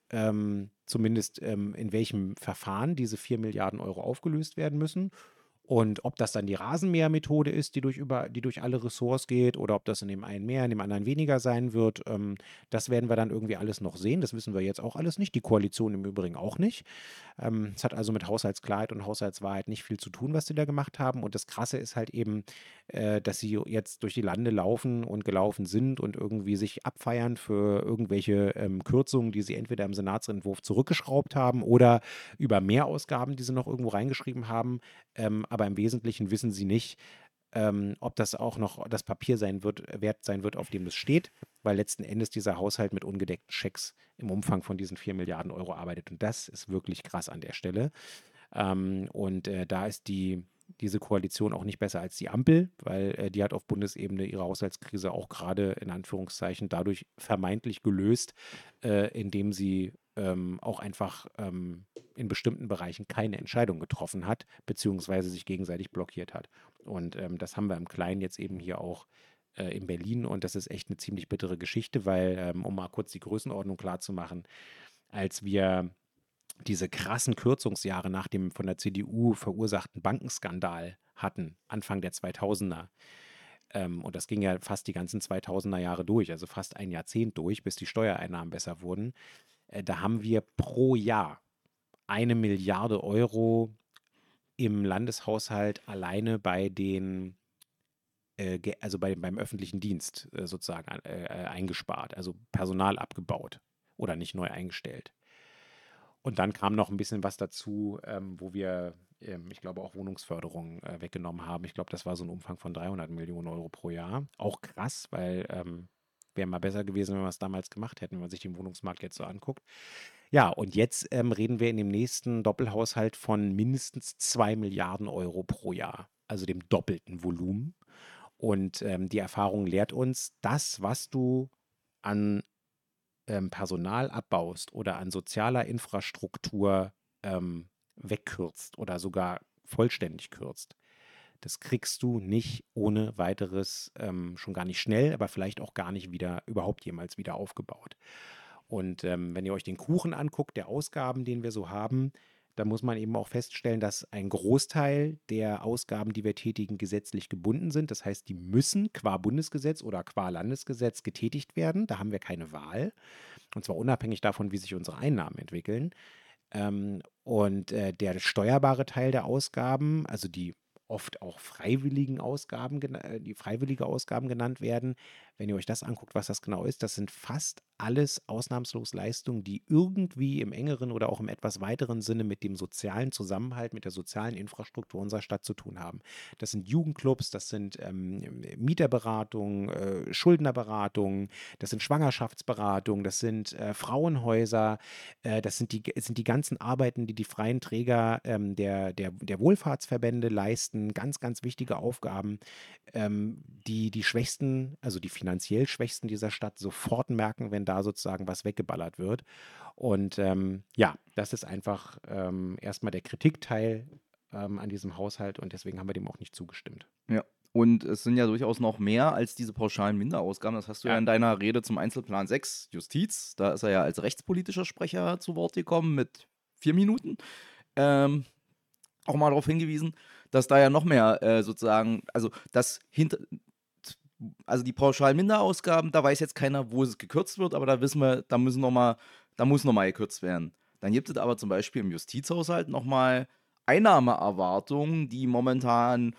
ähm, zumindest ähm, in welchem Verfahren diese vier Milliarden Euro aufgelöst werden müssen. Und ob das dann die Rasenmähermethode ist, die durch, über, die durch alle Ressorts geht, oder ob das in dem einen mehr, in dem anderen weniger sein wird, ähm, das werden wir dann irgendwie alles noch sehen. Das wissen wir jetzt auch alles nicht. Die Koalition im Übrigen auch nicht. Ähm, es hat also mit Haushaltsklarheit und Haushaltswahrheit nicht viel zu tun, was sie da gemacht haben. Und das Krasse ist halt eben, äh, dass sie jetzt durch die Lande laufen und gelaufen sind und irgendwie sich abfeiern für irgendwelche ähm, Kürzungen, die sie entweder im Senatsentwurf zurückgeschraubt haben oder über Mehrausgaben, die sie noch irgendwo reingeschrieben haben. Ähm, aber im Wesentlichen wissen sie nicht, ähm, ob das auch noch das Papier sein wird, wert sein wird, auf dem es steht, weil letzten Endes dieser Haushalt mit ungedeckten Schecks im Umfang von diesen vier Milliarden Euro arbeitet. Und das ist wirklich krass an der Stelle. Ähm, und äh, da ist die, diese Koalition auch nicht besser als die Ampel, weil äh, die hat auf Bundesebene ihre Haushaltskrise auch gerade in Anführungszeichen dadurch vermeintlich gelöst, äh, indem sie ähm, auch einfach ähm, in bestimmten Bereichen keine Entscheidung getroffen hat, beziehungsweise sich gegenseitig blockiert hat. Und ähm, das haben wir im Kleinen jetzt eben hier auch äh, in Berlin und das ist echt eine ziemlich bittere Geschichte, weil, ähm, um mal kurz die Größenordnung klar zu machen, als wir diese krassen Kürzungsjahre nach dem von der C D U verursachten Bankenskandal hatten, Anfang der zweitausender, Ähm, und das ging ja fast die ganzen zweitausender Jahre durch, also fast ein Jahrzehnt durch, bis die Steuereinnahmen besser wurden. Äh, da haben wir pro Jahr eine Milliarde Euro im Landeshaushalt alleine bei den, äh, ge- also bei, beim öffentlichen Dienst äh, sozusagen äh, äh, eingespart, also Personal abgebaut oder nicht neu eingestellt. Und dann kam noch ein bisschen was dazu, ähm, wo wir, ähm, ich glaube, auch Wohnungsförderung äh, weggenommen haben. Ich glaube, das war so ein Umfang von dreihundert Millionen Euro pro Jahr. Auch krass, weil ähm, wäre mal besser gewesen, wenn wir es damals gemacht hätten, wenn man sich den Wohnungsmarkt jetzt so anguckt. Ja, und jetzt ähm, reden wir in dem nächsten Doppelhaushalt von mindestens zwei Milliarden Euro pro Jahr, also dem doppelten Volumen. Und ähm, die Erfahrung lehrt uns, das, was du an ähm, Personal abbaust oder an sozialer Infrastruktur ähm, wegkürzt oder sogar vollständig kürzt, das kriegst du nicht ohne weiteres, ähm, schon gar nicht schnell, aber vielleicht auch gar nicht wieder, überhaupt jemals wieder aufgebaut. Und ähm, wenn ihr euch den Kuchen anguckt, der Ausgaben, den wir so haben, da muss man eben auch feststellen, dass ein Großteil der Ausgaben, die wir tätigen, gesetzlich gebunden sind. Das heißt, die müssen qua Bundesgesetz oder qua Landesgesetz getätigt werden. Da haben wir keine Wahl. Und zwar unabhängig davon, wie sich unsere Einnahmen entwickeln. Ähm, und äh, der steuerbare Teil der Ausgaben, also die oft auch freiwilligen Ausgaben, gena- äh, die freiwillige Ausgaben genannt werden, wenn ihr euch das anguckt, was das genau ist, das sind fast alles ausnahmslos Leistungen, die irgendwie im engeren oder auch im etwas weiteren Sinne mit dem sozialen Zusammenhalt, mit der sozialen Infrastruktur unserer Stadt zu tun haben. Das sind Jugendclubs, das sind ähm, Mieterberatungen, äh, Schuldnerberatungen, das sind Schwangerschaftsberatungen, das sind äh, Frauenhäuser, äh, das sind die, es sind die ganzen Arbeiten, die die freien Träger ähm, der, der, der Wohlfahrtsverbände leisten. Ganz, ganz wichtige Aufgaben, ähm, die die Schwächsten, also die finanziell Schwächsten dieser Stadt sofort merken, wenn da sozusagen was weggeballert wird. Und ähm, ja, das ist einfach ähm, erstmal der Kritikteil ähm, an diesem Haushalt und deswegen haben wir dem auch nicht zugestimmt. Ja. Und es sind ja durchaus noch mehr als diese pauschalen Minderausgaben. Das hast du ja Ja. in deiner Rede zum Einzelplan sechs Justiz. Da ist er ja als rechtspolitischer Sprecher zu Wort gekommen mit vier Minuten. Ähm, auch mal darauf hingewiesen, dass da ja noch mehr äh, sozusagen, also das hinter, also die pauschalen Minderausgaben, da weiß jetzt keiner, wo es gekürzt wird, aber da wissen wir, da müssen noch mal, da muss noch mal gekürzt werden. Dann gibt es aber zum Beispiel im Justizhaushalt noch mal Einnahmeerwartungen, die momentan,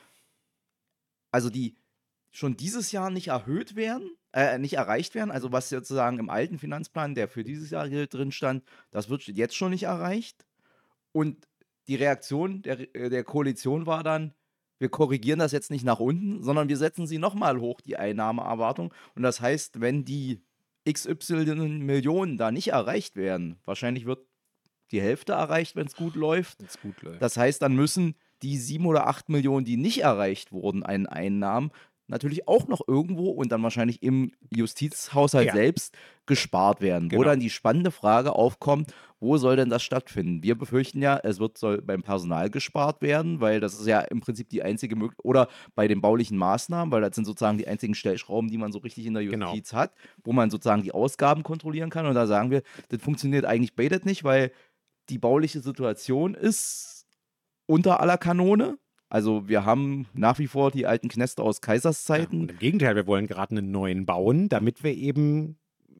also die schon dieses Jahr nicht erhöht werden, äh, nicht erreicht werden. Also was sozusagen im alten Finanzplan, der für dieses Jahr hier drin stand, das wird jetzt schon nicht erreicht. Und die Reaktion der, äh, der Koalition war dann, wir korrigieren das jetzt nicht nach unten, sondern wir setzen sie nochmal hoch, die Einnahmeerwartung. Und das heißt, wenn die X Y Millionen da nicht erreicht werden, wahrscheinlich wird die Hälfte erreicht, wenn es gut läuft. Wenn es gut läuft. Das heißt, dann müssen die sieben oder acht Millionen, die nicht erreicht wurden, an Einnahmen, natürlich auch noch irgendwo und dann wahrscheinlich im Justizhaushalt Ja, selbst gespart werden. Wo genau. dann die spannende Frage aufkommt, wo soll denn das stattfinden? Wir befürchten ja, es wird soll beim Personal gespart werden, weil das ist ja im Prinzip die einzige Möglichkeit, oder bei den baulichen Maßnahmen, weil das sind sozusagen die einzigen Stellschrauben, die man so richtig in der Genau. Justiz hat, wo man sozusagen die Ausgaben kontrollieren kann. Und da sagen wir, das funktioniert eigentlich beides nicht, weil die bauliche Situation ist unter aller Kanone. Also wir haben nach wie vor die alten Kneste aus Ja, Kaiserszeiten. und im Gegenteil, wir wollen gerade einen neuen bauen, damit wir eben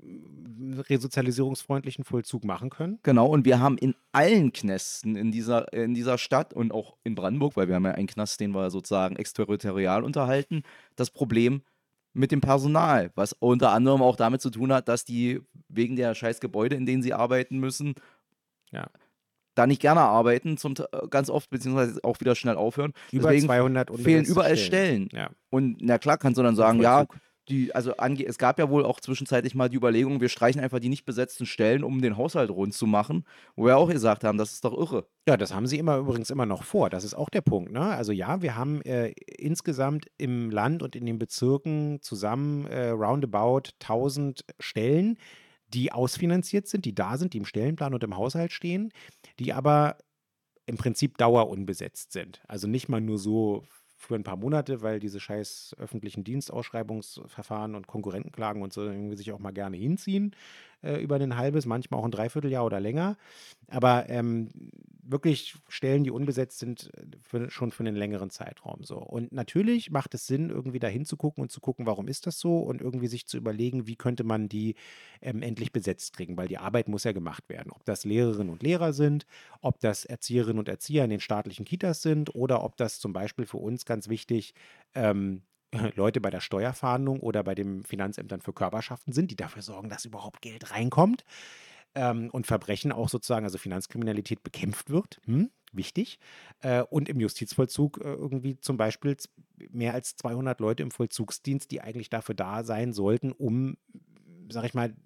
mm, resozialisierungsfreundlichen Vollzug machen können. Genau, und wir haben in allen Knästen in dieser, in dieser Stadt und auch in Brandenburg, weil wir haben ja einen Knast, den wir sozusagen exterritorial unterhalten, das Problem mit dem Personal, was unter anderem auch damit zu tun hat, dass die wegen der scheiß Gebäude, in denen sie arbeiten müssen, Ja. da nicht gerne arbeiten, zum, Te- ganz oft, beziehungsweise auch wieder schnell aufhören. Über Deswegen zweihundert fehlen unbesetzte überall Stellen. Stellen. Ja, Und na klar kannst du dann im sagen, ja, Vollzug. die, also ange es gab ja wohl auch zwischenzeitlich mal die Überlegung, wir streichen einfach die nicht besetzten Stellen, um den Haushalt rund zu machen, wo wir auch gesagt haben, das ist doch irre. Ja, das haben sie immer übrigens immer noch vor. Das ist auch der Punkt. Ne? Also ja, wir haben äh, insgesamt im Land und in den Bezirken zusammen äh, roundabout tausend Stellen, die ausfinanziert sind, die da sind, die im Stellenplan und im Haushalt stehen, die aber im Prinzip dauerunbesetzt sind. Also nicht mal nur so für ein paar Monate, weil diese scheiß öffentlichen Dienstausschreibungsverfahren und Konkurrentenklagen und so irgendwie sich auch mal gerne hinziehen äh, über ein halbes, manchmal auch ein Dreivierteljahr oder länger. Aber ähm, wirklich Stellen, die unbesetzt sind, äh, für, schon für einen längeren Zeitraum so. Und natürlich macht es Sinn, irgendwie da hinzugucken und zu gucken, warum ist das so und irgendwie sich zu überlegen, wie könnte man die ähm, endlich besetzt kriegen, weil die Arbeit muss ja gemacht werden. Ob das Lehrerinnen und Lehrer sind, ob das Erzieherinnen und Erzieher in den staatlichen Kitas sind oder ob das zum Beispiel für uns ganz wichtig ähm, Leute bei der Steuerfahndung oder bei den Finanzämtern für Körperschaften sind, die dafür sorgen, dass überhaupt Geld reinkommt ähm, und Verbrechen auch sozusagen, also Finanzkriminalität bekämpft wird. Hm? Wichtig. Äh, und im Justizvollzug äh, irgendwie zum Beispiel z- mehr als zweihundert Leute im Vollzugsdienst, die eigentlich dafür da sein sollten, um, sag ich mal,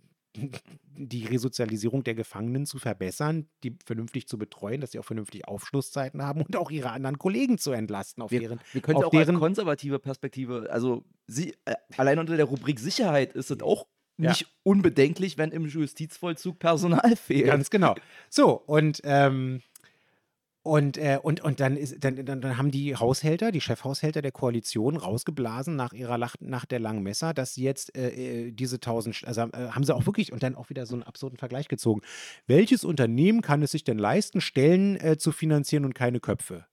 die Resozialisierung der Gefangenen zu verbessern, die vernünftig zu betreuen, dass sie auch vernünftig Aufschlusszeiten haben und auch ihre anderen Kollegen zu entlasten, auf Wir, deren, wir können es auf auch als deren, konservative Perspektive, also sie, äh, allein unter der Rubrik Sicherheit ist es auch ja, nicht unbedenklich, wenn im Justizvollzug Personal fehlt. ganz genau. So, und ähm, Und, äh, und, und dann, ist, dann, dann, dann haben die Haushälter, die Chefhaushälter der Koalition rausgeblasen nach ihrer Lach, nach der langen Messer, dass sie jetzt äh, äh, diese tausend, also äh, haben sie auch wirklich und dann auch wieder so einen absurden Vergleich gezogen. Welches Unternehmen kann es sich denn leisten, Stellen äh, zu finanzieren und keine Köpfe?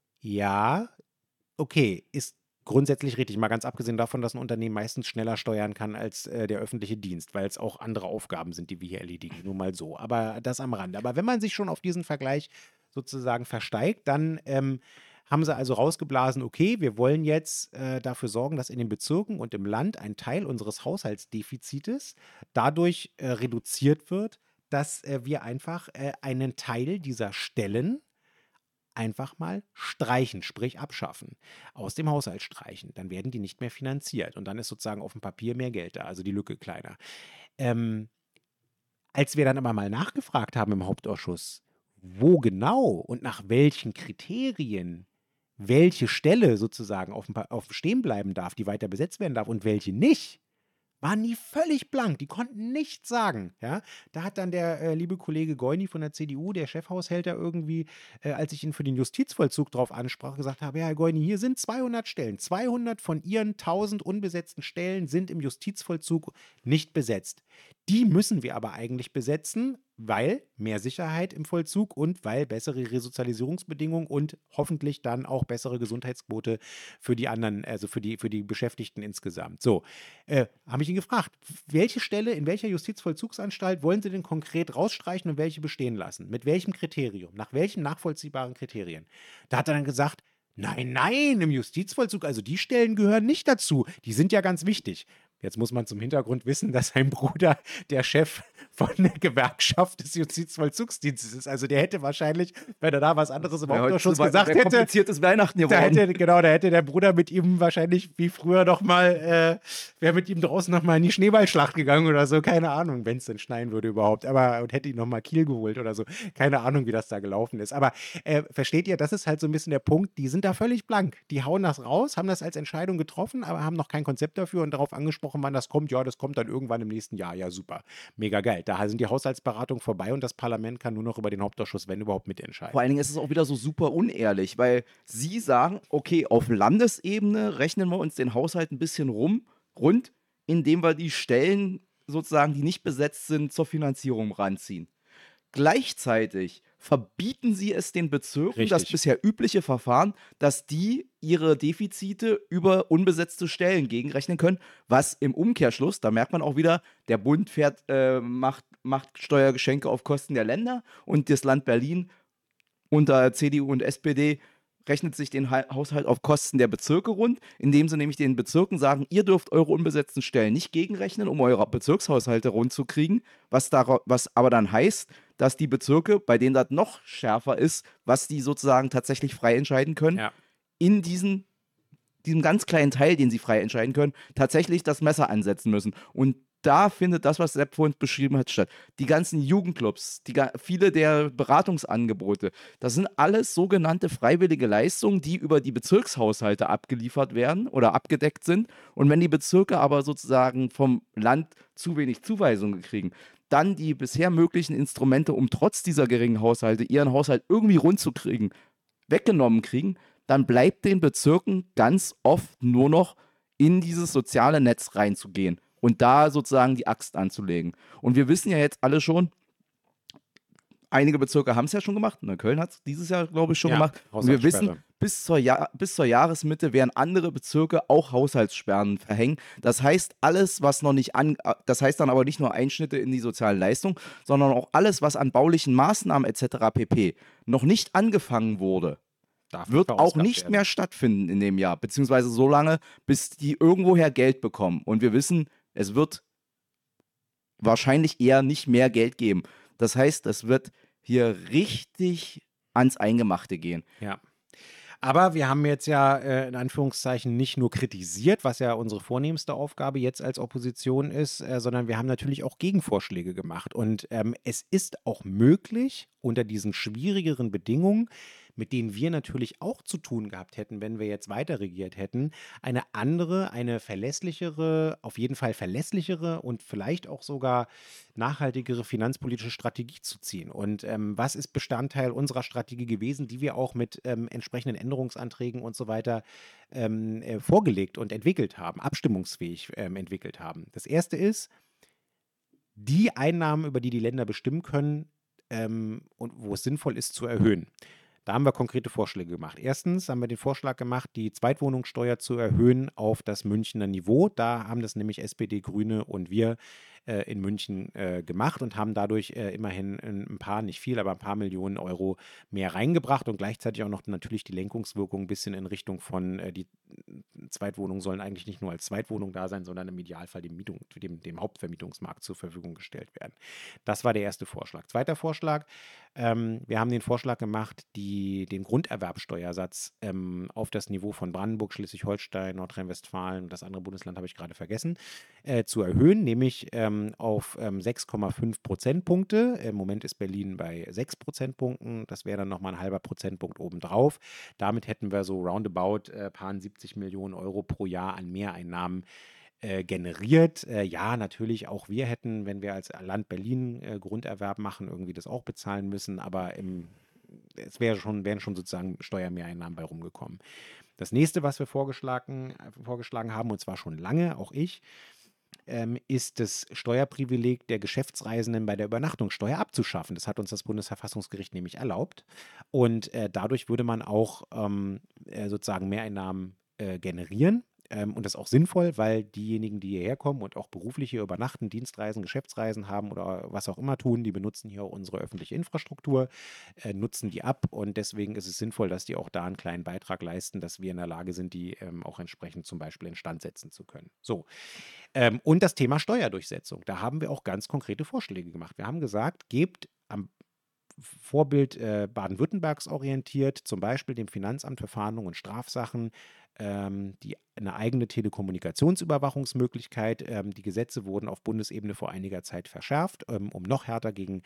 Ja, okay, ist grundsätzlich richtig. Mal ganz abgesehen davon, dass ein Unternehmen meistens schneller steuern kann als äh, der öffentliche Dienst, weil es auch andere Aufgaben sind, die wir hier erledigen. Nur mal so. Aber das am Rande. Aber wenn man sich schon auf diesen Vergleich sozusagen versteigt, dann ähm, haben sie also rausgeblasen, okay, wir wollen jetzt äh, dafür sorgen, dass in den Bezirken und im Land ein Teil unseres Haushaltsdefizites dadurch äh, reduziert wird, dass äh, wir einfach äh, einen Teil dieser Stellen einfach mal streichen, sprich abschaffen, aus dem Haushalt streichen. Dann werden die nicht mehr finanziert und dann ist sozusagen auf dem Papier mehr Geld da, also die Lücke kleiner. Ähm, als wir dann aber mal nachgefragt haben im Hauptausschuss, wo genau und nach welchen Kriterien welche Stelle sozusagen auf dem, Pa- auf dem stehen bleiben darf, die weiter besetzt werden darf und welche nicht, waren die völlig blank, die konnten nichts sagen. Ja? Da hat dann der äh, liebe Kollege Goini von der C D U, der Chefhaushälter, irgendwie, äh, als ich ihn für den Justizvollzug drauf ansprach, gesagt habe: Ja, Herr Goini, hier sind zweihundert Stellen. zweihundert von Ihren tausend unbesetzten Stellen sind im Justizvollzug nicht besetzt. Die müssen wir aber eigentlich besetzen, weil mehr Sicherheit im Vollzug und weil bessere Resozialisierungsbedingungen und hoffentlich dann auch bessere Gesundheitsquote für die anderen, also für die, für die Beschäftigten insgesamt. So, äh, habe ich ihn gefragt, welche Stelle in welcher Justizvollzugsanstalt wollen Sie denn konkret rausstreichen und welche bestehen lassen? Mit welchem Kriterium? Nach welchen nachvollziehbaren Kriterien? Da hat er dann gesagt, nein, nein, im Justizvollzug, also die Stellen gehören nicht dazu. Die sind ja ganz wichtig. Jetzt muss man zum Hintergrund wissen, dass sein Bruder der Chef von der Gewerkschaft des Justizvollzugsdienstes ist. Also der hätte wahrscheinlich, wenn er da was anderes im Weil heute Hauptausschuss so weit- gesagt wär hätte, kompliziertes Weihnachten da geworden. hätte, genau, da hätte der Bruder mit ihm wahrscheinlich wie früher noch mal, äh, wäre mit ihm draußen noch mal in die Schneeballschlacht gegangen oder so, keine Ahnung, wenn es denn schneien würde überhaupt, aber und hätte ihn noch mal Kiel geholt oder so, keine Ahnung, wie das da gelaufen ist. Aber äh, versteht ihr, das ist halt so ein bisschen der Punkt, die sind da völlig blank, die hauen das raus, haben das als Entscheidung getroffen, aber haben noch kein Konzept dafür und darauf angesprochen, wann das kommt. Ja, das kommt dann irgendwann im nächsten Jahr, ja super, mega geil. Da sind die Haushaltsberatungen vorbei und das Parlament kann nur noch über den Hauptausschuss, wenn überhaupt, mitentscheiden. Vor allen Dingen ist es auch wieder so super unehrlich, weil sie sagen, okay, auf Landesebene rechnen wir uns den Haushalt ein bisschen rum, rund, indem wir die Stellen sozusagen, die nicht besetzt sind, zur Finanzierung ranziehen. Gleichzeitig verbieten sie es den Bezirken, das Richtig. bisher übliche Verfahren, dass die ihre Defizite über unbesetzte Stellen gegenrechnen können, was im Umkehrschluss, da merkt man auch wieder, der Bund fährt, äh, macht, macht Steuergeschenke auf Kosten der Länder und das Land Berlin unter C D U und S P D rechnet sich den Ha- Haushalt auf Kosten der Bezirke rund, indem sie nämlich den Bezirken sagen, ihr dürft eure unbesetzten Stellen nicht gegenrechnen, um eure Bezirkshaushalte rund zu kriegen, was, dara- was aber dann heißt, dass die Bezirke, bei denen das noch schärfer ist, was die sozusagen tatsächlich frei entscheiden können, Ja. in diesen, diesem ganz kleinen Teil, den sie frei entscheiden können, tatsächlich das Messer ansetzen müssen. Und da findet das, was Sepp vorhin beschrieben hat, statt. Die ganzen Jugendclubs, die, ga- viele der Beratungsangebote, das sind alles sogenannte freiwillige Leistungen, die über die Bezirkshaushalte abgeliefert werden oder abgedeckt sind. Und wenn die Bezirke aber sozusagen vom Land zu wenig Zuweisungen kriegen, dann die bisher möglichen Instrumente, um trotz dieser geringen Haushalte ihren Haushalt irgendwie rund zu kriegen, weggenommen kriegen, dann bleibt den Bezirken ganz oft nur noch in dieses soziale Netz reinzugehen und da sozusagen die Axt anzulegen. Und wir wissen ja jetzt alle schon, einige Bezirke haben es ja schon gemacht. Neukölln hat es dieses Jahr, glaube ich, schon Ja, gemacht. Und wir wissen, Haushaltssperre. bis zur, Jahr, bis zur Jahresmitte werden andere Bezirke auch Haushaltssperren verhängen. Das heißt, alles, was noch nicht an, das heißt dann aber nicht nur Einschnitte in die sozialen Leistungen, sondern auch alles, was an baulichen Maßnahmen et cetera pp. Noch nicht angefangen wurde, Darf nicht wird auch verausgabt nicht werden. mehr stattfinden in dem Jahr, beziehungsweise so lange, bis die irgendwoher Geld bekommen. Und wir wissen, es wird wahrscheinlich eher nicht mehr Geld geben. Das heißt, es wird hier richtig ans Eingemachte gehen. Ja. Aber wir haben jetzt ja äh, in Anführungszeichen nicht nur kritisiert, was ja unsere vornehmste Aufgabe jetzt als Opposition ist, äh, sondern wir haben natürlich auch Gegenvorschläge gemacht. Und ähm, es ist auch möglich, unter diesen schwierigeren Bedingungen, mit denen wir natürlich auch zu tun gehabt hätten, wenn wir jetzt weiter regiert hätten, eine andere, eine verlässlichere, auf jeden Fall verlässlichere und vielleicht auch sogar nachhaltigere finanzpolitische Strategie zu ziehen. Und ähm, was ist Bestandteil unserer Strategie gewesen, die wir auch mit ähm, entsprechenden Änderungsanträgen und so weiter ähm, äh, vorgelegt und entwickelt haben, abstimmungsfähig ähm, entwickelt haben? Das erste ist, die Einnahmen, über die die Länder bestimmen können ähm, und wo es sinnvoll ist, zu erhöhen. Da haben wir konkrete Vorschläge gemacht. Erstens haben wir den Vorschlag gemacht, die Zweitwohnungssteuer zu erhöhen auf das Münchner Niveau. Da haben das nämlich S P D, Grüne und wir äh, in München äh, gemacht und haben dadurch äh, immerhin ein paar, nicht viel, aber ein paar Millionen Euro mehr reingebracht und gleichzeitig auch noch natürlich die Lenkungswirkung ein bisschen in Richtung von, äh, die Zweitwohnungen sollen eigentlich nicht nur als Zweitwohnung da sein, sondern im Idealfall dem, Mietung, dem, dem Hauptvermietungsmarkt zur Verfügung gestellt werden. Das war der erste Vorschlag. Zweiter Vorschlag, ähm, wir haben den Vorschlag gemacht, die, den Grunderwerbsteuersatz ähm, auf das Niveau von Brandenburg, Schleswig-Holstein, Nordrhein-Westfalen und das andere Bundesland habe ich gerade vergessen, äh, zu erhöhen, nämlich ähm, auf ähm, sechs Komma fünf Prozentpunkte. Im Moment ist Berlin bei sechs Prozentpunkten. Das wäre dann nochmal ein halber Prozentpunkt obendrauf. Damit hätten wir so roundabout äh, paar siebzig Millionen Euro pro Jahr an Mehreinnahmen äh, generiert. Äh, ja, natürlich auch wir hätten, wenn wir als Land Berlin äh, Grunderwerb machen, irgendwie das auch bezahlen müssen, aber im, es wäre schon, wären schon sozusagen Steuermehreinnahmen bei rumgekommen. Das nächste, was wir vorgeschlagen, vorgeschlagen haben, und zwar schon lange, auch ich, ähm, ist das Steuerprivileg der Geschäftsreisenden bei der Übernachtungssteuer abzuschaffen. Das hat uns das Bundesverfassungsgericht nämlich erlaubt. Und äh, dadurch würde man auch ähm, äh, sozusagen Mehreinnahmen äh, generieren. Ähm, und das ist auch sinnvoll, weil diejenigen, die hierher kommen und auch beruflich hier übernachten, Dienstreisen, Geschäftsreisen haben oder was auch immer tun, die benutzen hier unsere öffentliche Infrastruktur, äh, nutzen die ab und deswegen ist es sinnvoll, dass die auch da einen kleinen Beitrag leisten, dass wir in der Lage sind, die ähm, auch entsprechend zum Beispiel instand setzen zu können. So. Ähm, und das Thema Steuerdurchsetzung. Da haben wir auch ganz konkrete Vorschläge gemacht. Wir haben gesagt, gebt am Vorbild äh, Baden-Württembergs orientiert, zum Beispiel dem Finanzamt für Fahndung und Strafsachen, ähm, die, eine eigene Telekommunikationsüberwachungsmöglichkeit. Ähm, die Gesetze wurden auf Bundesebene vor einiger Zeit verschärft, ähm, um noch härter gegen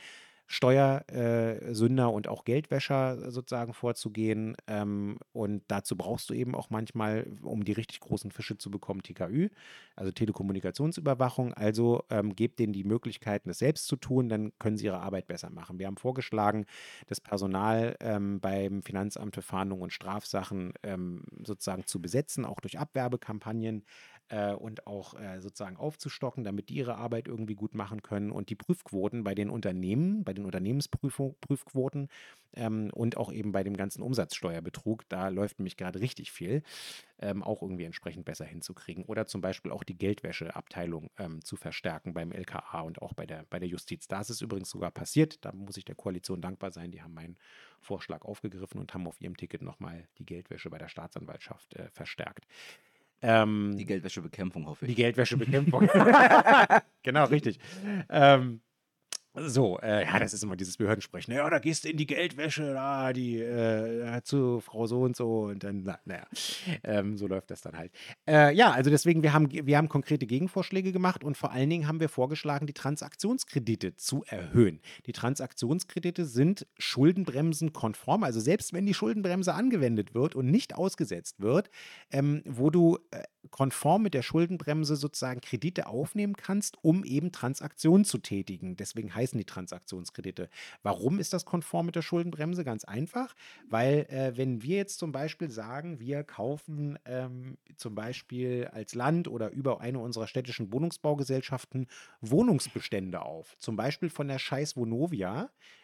Steuersünder und auch Geldwäscher sozusagen vorzugehen. Ähm, und dazu brauchst du eben auch manchmal, um die richtig großen Fische zu bekommen, T K Ü, also Telekommunikationsüberwachung. Also ähm, gebt denen die Möglichkeiten, das selbst zu tun, dann können sie ihre Arbeit besser machen. Wir haben vorgeschlagen, das Personal ähm, beim Finanzamt für Fahndung und Strafsachen ähm, sozusagen zu besetzen, auch durch Abwerbekampagnen äh, und auch äh, sozusagen aufzustocken, damit die ihre Arbeit irgendwie gut machen können. Und die Prüfquoten bei den Unternehmen, bei den Unternehmensprüfquoten ähm, und auch eben bei dem ganzen Umsatzsteuerbetrug, da läuft nämlich gerade richtig viel, ähm, auch irgendwie entsprechend besser hinzukriegen. Oder zum Beispiel auch die Geldwäscheabteilung ähm, zu verstärken beim L K A und auch bei der, bei der Justiz. Da ist es übrigens sogar passiert. Da muss ich der Koalition dankbar sein. Die haben meinen Vorschlag aufgegriffen und haben auf ihrem Ticket nochmal die Geldwäsche bei der Staatsanwaltschaft äh, verstärkt. Ähm, Die Geldwäschebekämpfung, hoffe die ich. Geldwäschebekämpfung. Genau, richtig. Ähm, so, äh, ja, das ist immer dieses Behördensprechen. Ja, da gehst du in die Geldwäsche, da, die, äh, zu Frau so und so und dann, na, naja, ähm, so läuft das dann halt. Äh, ja, also deswegen, wir haben, wir haben konkrete Gegenvorschläge gemacht und vor allen Dingen haben wir vorgeschlagen, die Transaktionskredite zu erhöhen. Die Transaktionskredite sind schuldenbremsenkonform, also selbst wenn die Schuldenbremse angewendet wird und nicht ausgesetzt wird, ähm, wo du äh, konform mit der Schuldenbremse sozusagen Kredite aufnehmen kannst, um eben Transaktionen zu tätigen. Deswegen heißen die Transaktionskredite. Warum ist das konform mit der Schuldenbremse? Ganz einfach, weil äh, wenn wir jetzt zum Beispiel sagen, wir kaufen ähm, zum Beispiel als Land oder über eine unserer städtischen Wohnungsbaugesellschaften Wohnungsbestände auf, zum Beispiel von der Scheiß Vonovia,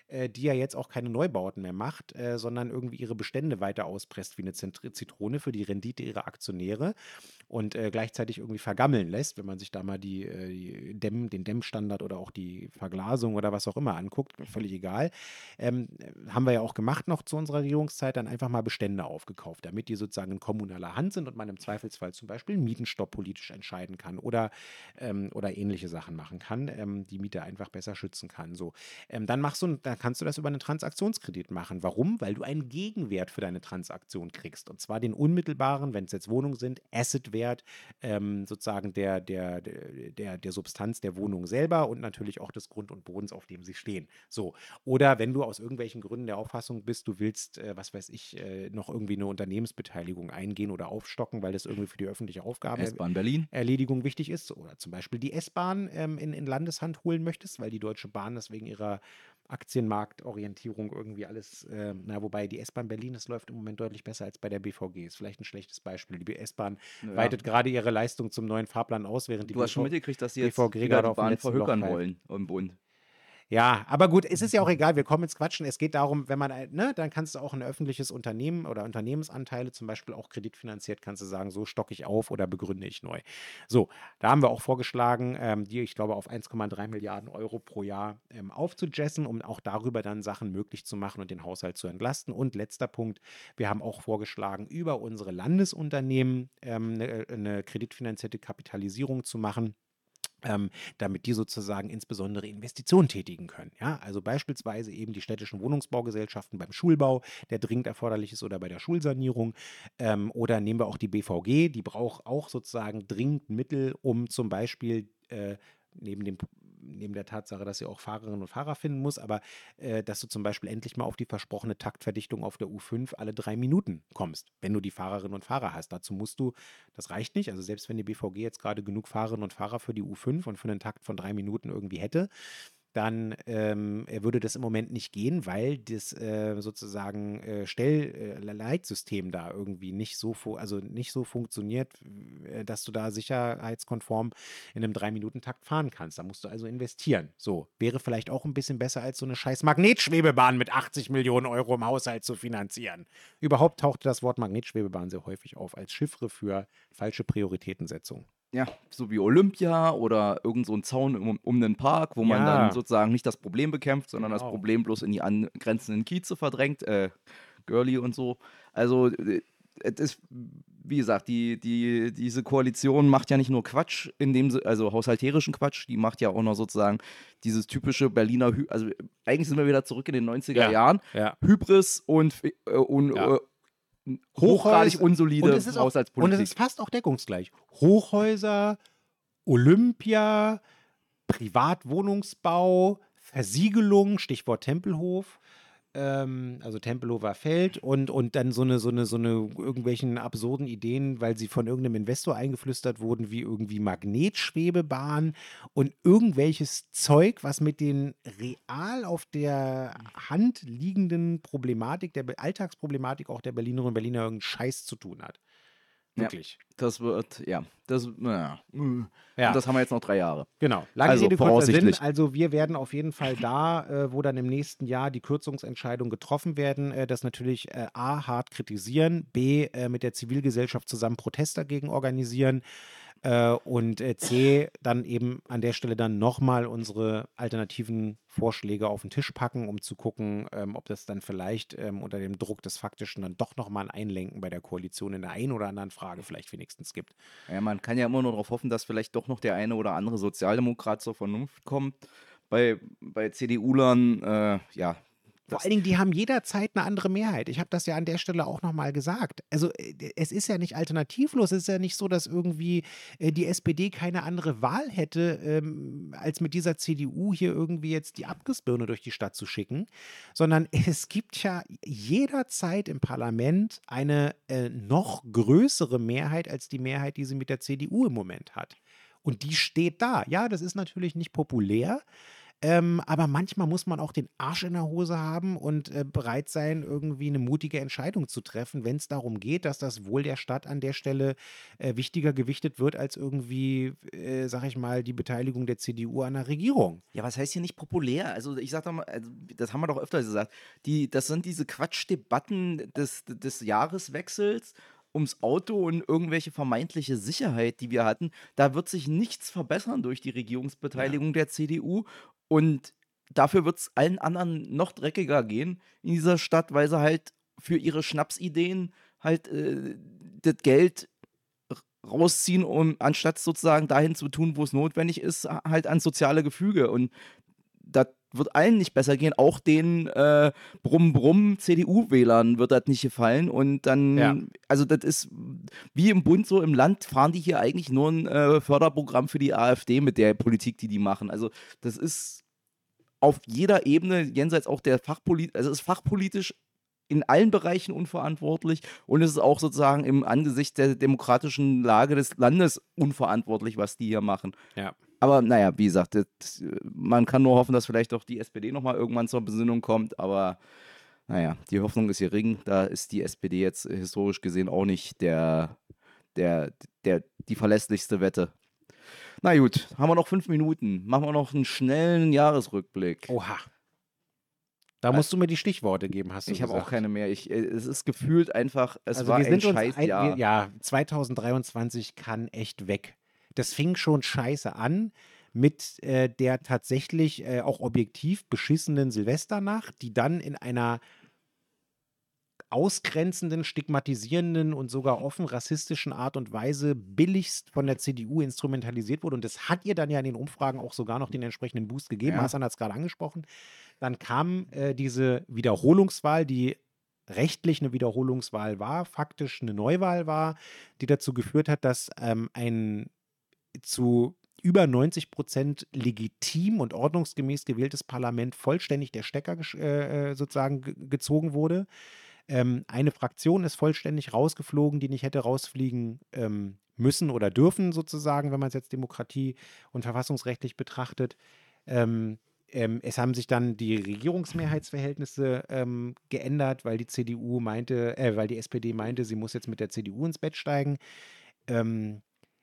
äh, die ja jetzt auch keine Neubauten mehr macht, äh, sondern irgendwie ihre Bestände weiter auspresst wie eine Zent- Zitrone für die Rendite ihrer Aktionäre und äh, gleichzeitig irgendwie vergammeln lässt, wenn man sich da mal die, äh, die Dämm, den Dämmstandard oder auch die Verglasung oder was auch immer anguckt, völlig egal. Ähm, äh, haben wir ja auch gemacht noch zu unserer Regierungszeit, dann einfach mal Bestände aufgekauft, damit die sozusagen in kommunaler Hand sind und man im Zweifelsfall zum Beispiel einen Mietenstopp politisch entscheiden kann oder, ähm, oder ähnliche Sachen machen kann, ähm, die Mieter einfach besser schützen kann. So. Ähm, dann machst du, dann kannst du das über einen Transaktionskredit machen. Warum? Weil du einen Gegenwert für deine Transaktion kriegst. Und zwar den unmittelbaren, wenn es jetzt Wohnungen sind, Assetwert, ähm, sozusagen der, der, der, der, der Substanz der Wohnung selber und natürlich auch des Grund und Bodens, auf dem sie stehen. So. Oder wenn du aus irgendwelchen Gründen der Auffassung bist, du willst, äh, was weiß ich, äh, noch irgendwie eine Unternehmensbeteiligung eingehen oder aufstocken, weil das irgendwie für die öffentliche S-Bahn Berlin. Aufgabenerledigung wichtig ist. Oder zum Beispiel die S-Bahn ähm, in, in Landeshand holen möchtest, weil die Deutsche Bahn das wegen ihrer Aktienmarktorientierung irgendwie alles, äh, na, wobei die S-Bahn Berlin, das läuft im Moment deutlich besser als bei der B V G. Ist vielleicht ein schlechtes Beispiel. Die S-Bahn Ja. weitet gerade ihre Leistung zum neuen Fahrplan aus, während die Du hast schon B V mitgekriegt, dass sie B jetzt V G wieder gerade die auf dem Bahn letzten Loch verhökern pfeift. wollen im Bund. Ja, aber gut, es ist ja auch egal, wir kommen ins Quatschen. Es geht darum, wenn man, äh, ne, dann kannst du auch ein öffentliches Unternehmen oder Unternehmensanteile, zum Beispiel auch kreditfinanziert, kannst du sagen, so stocke ich auf oder begründe ich neu. So, da haben wir auch vorgeschlagen, ähm, die, ich glaube, auf eins Komma drei Milliarden Euro pro Jahr ähm, aufzujessen, um auch darüber dann Sachen möglich zu machen und den Haushalt zu entlasten. Und letzter Punkt, wir haben auch vorgeschlagen, über unsere Landesunternehmen ähm, eine, eine kreditfinanzierte Kapitalisierung zu machen. Ähm, damit die sozusagen insbesondere Investitionen tätigen können. Ja? Also beispielsweise eben die städtischen Wohnungsbaugesellschaften beim Schulbau, der dringend erforderlich ist, oder bei der Schulsanierung. Ähm, oder nehmen wir auch die B V G, die braucht auch sozusagen dringend Mittel, um zum Beispiel äh, neben dem neben der Tatsache, dass sie auch Fahrerinnen und Fahrer finden muss, aber äh, dass du zum Beispiel endlich mal auf die versprochene Taktverdichtung auf der U fünf alle drei Minuten kommst, wenn du die Fahrerinnen und Fahrer hast. Dazu musst du, das reicht nicht, also selbst wenn die B V G jetzt gerade genug Fahrerinnen und Fahrer für die U fünf und für einen Takt von drei Minuten irgendwie hätte, dann ähm, er würde das im Moment nicht gehen, weil das äh, sozusagen äh, Stellleitsystem da irgendwie nicht so, fu- also nicht so funktioniert, äh, dass du da sicherheitskonform in einem drei-Minuten-Takt fahren kannst. Da musst du also investieren. So, wäre vielleicht auch ein bisschen besser, als so eine scheiß Magnetschwebebahn mit achtzig Millionen Euro im Haushalt zu finanzieren. Überhaupt tauchte das Wort Magnetschwebebahn sehr häufig auf als Chiffre für falsche Prioritätensetzung. Ja, so wie Olympia oder irgend so ein Zaun um, um einen Park, wo man dann Ja, sozusagen nicht das Problem bekämpft, sondern das genau. Problem bloß in die angrenzenden Kieze verdrängt, äh, Girly und so. Also, äh, es ist, wie gesagt, die, die, diese Koalition macht ja nicht nur Quatsch, in dem, Si- also haushalterischen Quatsch, die macht ja auch noch sozusagen dieses typische Berliner, Hy also eigentlich sind wir wieder zurück in den neunziger Ja, Jahren, ja, Hybris und, äh, und ja. äh, hochgradig Hochhäuser, und unsolide es ist auch, und es Haushaltspolitik. ist fast auch deckungsgleich. Hochhäuser, Olympia, Privatwohnungsbau, Versiegelung, Stichwort Tempelhof, ähm, also Tempelhofer Feld und, und dann so eine, so eine, so eine irgendwelchen absurden Ideen, weil sie von irgendeinem Investor eingeflüstert wurden, wie irgendwie Magnetschwebebahn und irgendwelches Zeug, was mit den real auf der Hand liegenden Problematik, der Be- Alltagsproblematik auch der Berlinerinnen und Berliner irgendeinen Scheiß zu tun hat. Ja, Wirklich. das wird, ja, das, naja. Und Ja. das haben wir jetzt noch drei Jahre. Genau. Lange Also, Rede, kurzer Sinn. voraussichtlich. Also wir werden auf jeden Fall da, äh, wo dann im nächsten Jahr die Kürzungsentscheidungen getroffen werden, äh, das natürlich äh, A, hart kritisieren, B, äh, mit der Zivilgesellschaft zusammen Protest dagegen organisieren äh, und äh, C, dann eben an der Stelle dann nochmal unsere alternativen Vorschläge auf den Tisch packen, um zu gucken, ähm, ob das dann vielleicht ähm, unter dem Druck des Faktischen dann doch nochmal ein Einlenken bei der Koalition in der einen oder anderen Frage vielleicht wenigstens gibt. Ja, man kann ja immer nur darauf hoffen, dass vielleicht doch noch der eine oder andere Sozialdemokrat zur Vernunft kommt. Bei, bei CDU-Lern, äh, ja, Vor das, allen Dingen, die haben jederzeit eine andere Mehrheit. Ich habe das ja an der Stelle auch nochmal gesagt. Also äh, es ist ja nicht alternativlos. Es ist ja nicht so, dass irgendwie äh, die S P D keine andere Wahl hätte, ähm, als mit dieser C D U hier irgendwie jetzt die Abrissbirne durch die Stadt zu schicken, sondern es gibt ja jederzeit im Parlament eine äh, noch größere Mehrheit als die Mehrheit, die sie mit der C D U im Moment hat. Und die steht da. Ja, das ist natürlich nicht populär. Ähm, aber manchmal muss man auch den Arsch in der Hose haben und äh, bereit sein, irgendwie eine mutige Entscheidung zu treffen, wenn es darum geht, dass das Wohl der Stadt an der Stelle äh, wichtiger gewichtet wird als irgendwie, äh, sag ich mal, die Beteiligung der C D U an der Regierung. Ja, was heißt hier nicht populär? Also ich sag doch mal, also, das haben wir doch öfter gesagt. Die, das sind diese Quatschdebatten des, des Jahreswechsels ums Auto und irgendwelche vermeintliche Sicherheit, die wir hatten. Da wird sich nichts verbessern durch die Ja. Regierungsbeteiligung der C D U. Und dafür wird es allen anderen noch dreckiger gehen in dieser Stadt, weil sie halt für ihre Schnapsideen halt äh, das Geld rausziehen, um anstatt sozusagen dahin zu tun, wo es notwendig ist, ha- halt ans soziale Gefüge. Und das wird allen nicht besser gehen, auch den äh, Brumm-Brumm-C D U-Wählern wird das nicht gefallen. Und Ja. dann, also das ist wie im Bund, so im Land fahren die hier eigentlich nur ein äh, Förderprogramm für die AfD mit der Politik, die die machen. Also das ist auf jeder Ebene, jenseits auch der Fachpolitik, also es ist fachpolitisch in allen Bereichen unverantwortlich und es ist auch sozusagen im Angesicht der demokratischen Lage des Landes unverantwortlich, was die hier machen. Ja. Aber naja, wie gesagt, das, äh, man kann nur hoffen, dass vielleicht auch die S P D nochmal irgendwann zur Besinnung kommt, aber naja, die Hoffnung ist gering. Da ist die S P D jetzt äh, historisch gesehen auch nicht der, der, der, die verlässlichste Wette. Na gut, haben wir noch fünf Minuten. Machen wir noch einen schnellen Jahresrückblick. Oha. Da musst du mir die Stichworte geben, hast du Ich habe auch gesagt. keine mehr. Ich, äh, es ist gefühlt einfach, es Also war wir ein sind uns scheiß ein, wir, Jahr. ja, zwanzig dreiundzwanzig kann echt weg. Das fing schon scheiße an mit äh, der tatsächlich äh, auch objektiv beschissenen Silvesternacht, die dann in einer ausgrenzenden, stigmatisierenden und sogar offen rassistischen Art und Weise billigst von der C D U instrumentalisiert wurde. Und das hat ihr dann ja in den Umfragen auch sogar noch den entsprechenden Boost gegeben. Ja. Hassan hat es gerade angesprochen. Dann kam äh, diese Wiederholungswahl, die rechtlich eine Wiederholungswahl war, faktisch eine Neuwahl war, die dazu geführt hat, dass ähm, ein zu über neunzig Prozent legitim und ordnungsgemäß gewähltes Parlament vollständig der Stecker gesch- äh, äh, sozusagen ge- gezogen wurde. Ähm, eine Fraktion ist vollständig rausgeflogen, die nicht hätte rausfliegen ähm, müssen oder dürfen, sozusagen, wenn man es jetzt demokratie- und verfassungsrechtlich betrachtet. Ähm, ähm, es haben sich dann die Regierungsmehrheitsverhältnisse ähm, geändert, weil die C D U meinte, äh, weil die S P D meinte, sie muss jetzt mit der C D U ins Bett steigen. Ähm,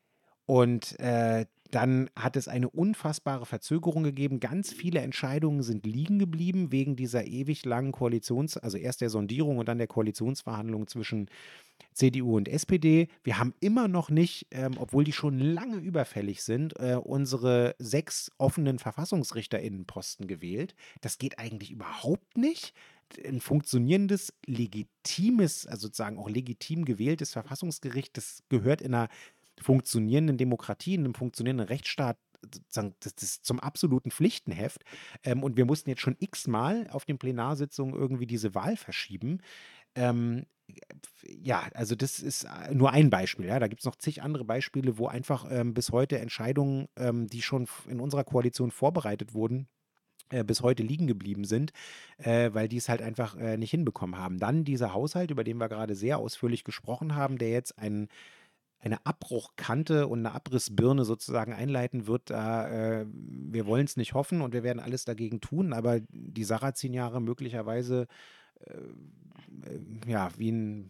und äh, dann hat es eine unfassbare Verzögerung gegeben. Ganz viele Entscheidungen sind liegen geblieben wegen dieser ewig langen Koalitions-, also erst der Sondierung und dann der Koalitionsverhandlungen zwischen C D U und S P D. Wir haben immer noch nicht, ähm, obwohl die schon lange überfällig sind, äh, unsere sechs offenen VerfassungsrichterInnenposten gewählt. Das geht eigentlich überhaupt nicht. Ein funktionierendes, legitimes, also sozusagen auch legitim gewähltes Verfassungsgericht, das gehört in einer funktionierenden Demokratie, in einem funktionierenden Rechtsstaat sozusagen, das, das zum absoluten Pflichtenheft. Ähm, und wir mussten jetzt schon x-mal auf den Plenarsitzungen irgendwie diese Wahl verschieben. Ähm, ja, also das ist äh, nur ein Beispiel. Ja. Da gibt es noch zig andere Beispiele, wo einfach ähm, bis heute Entscheidungen, ähm, die schon f- in unserer Koalition vorbereitet wurden, äh, bis heute liegen geblieben sind, äh, weil die es halt einfach äh, nicht hinbekommen haben. Dann dieser Haushalt, über den wir gerade sehr ausführlich gesprochen haben, der jetzt ein eine Abbruchkante und eine Abrissbirne sozusagen einleiten wird, da, äh, wir wollen es nicht hoffen und wir werden alles dagegen tun, aber die Sarrazin-Jahre möglicherweise, äh, äh, ja, wie ein,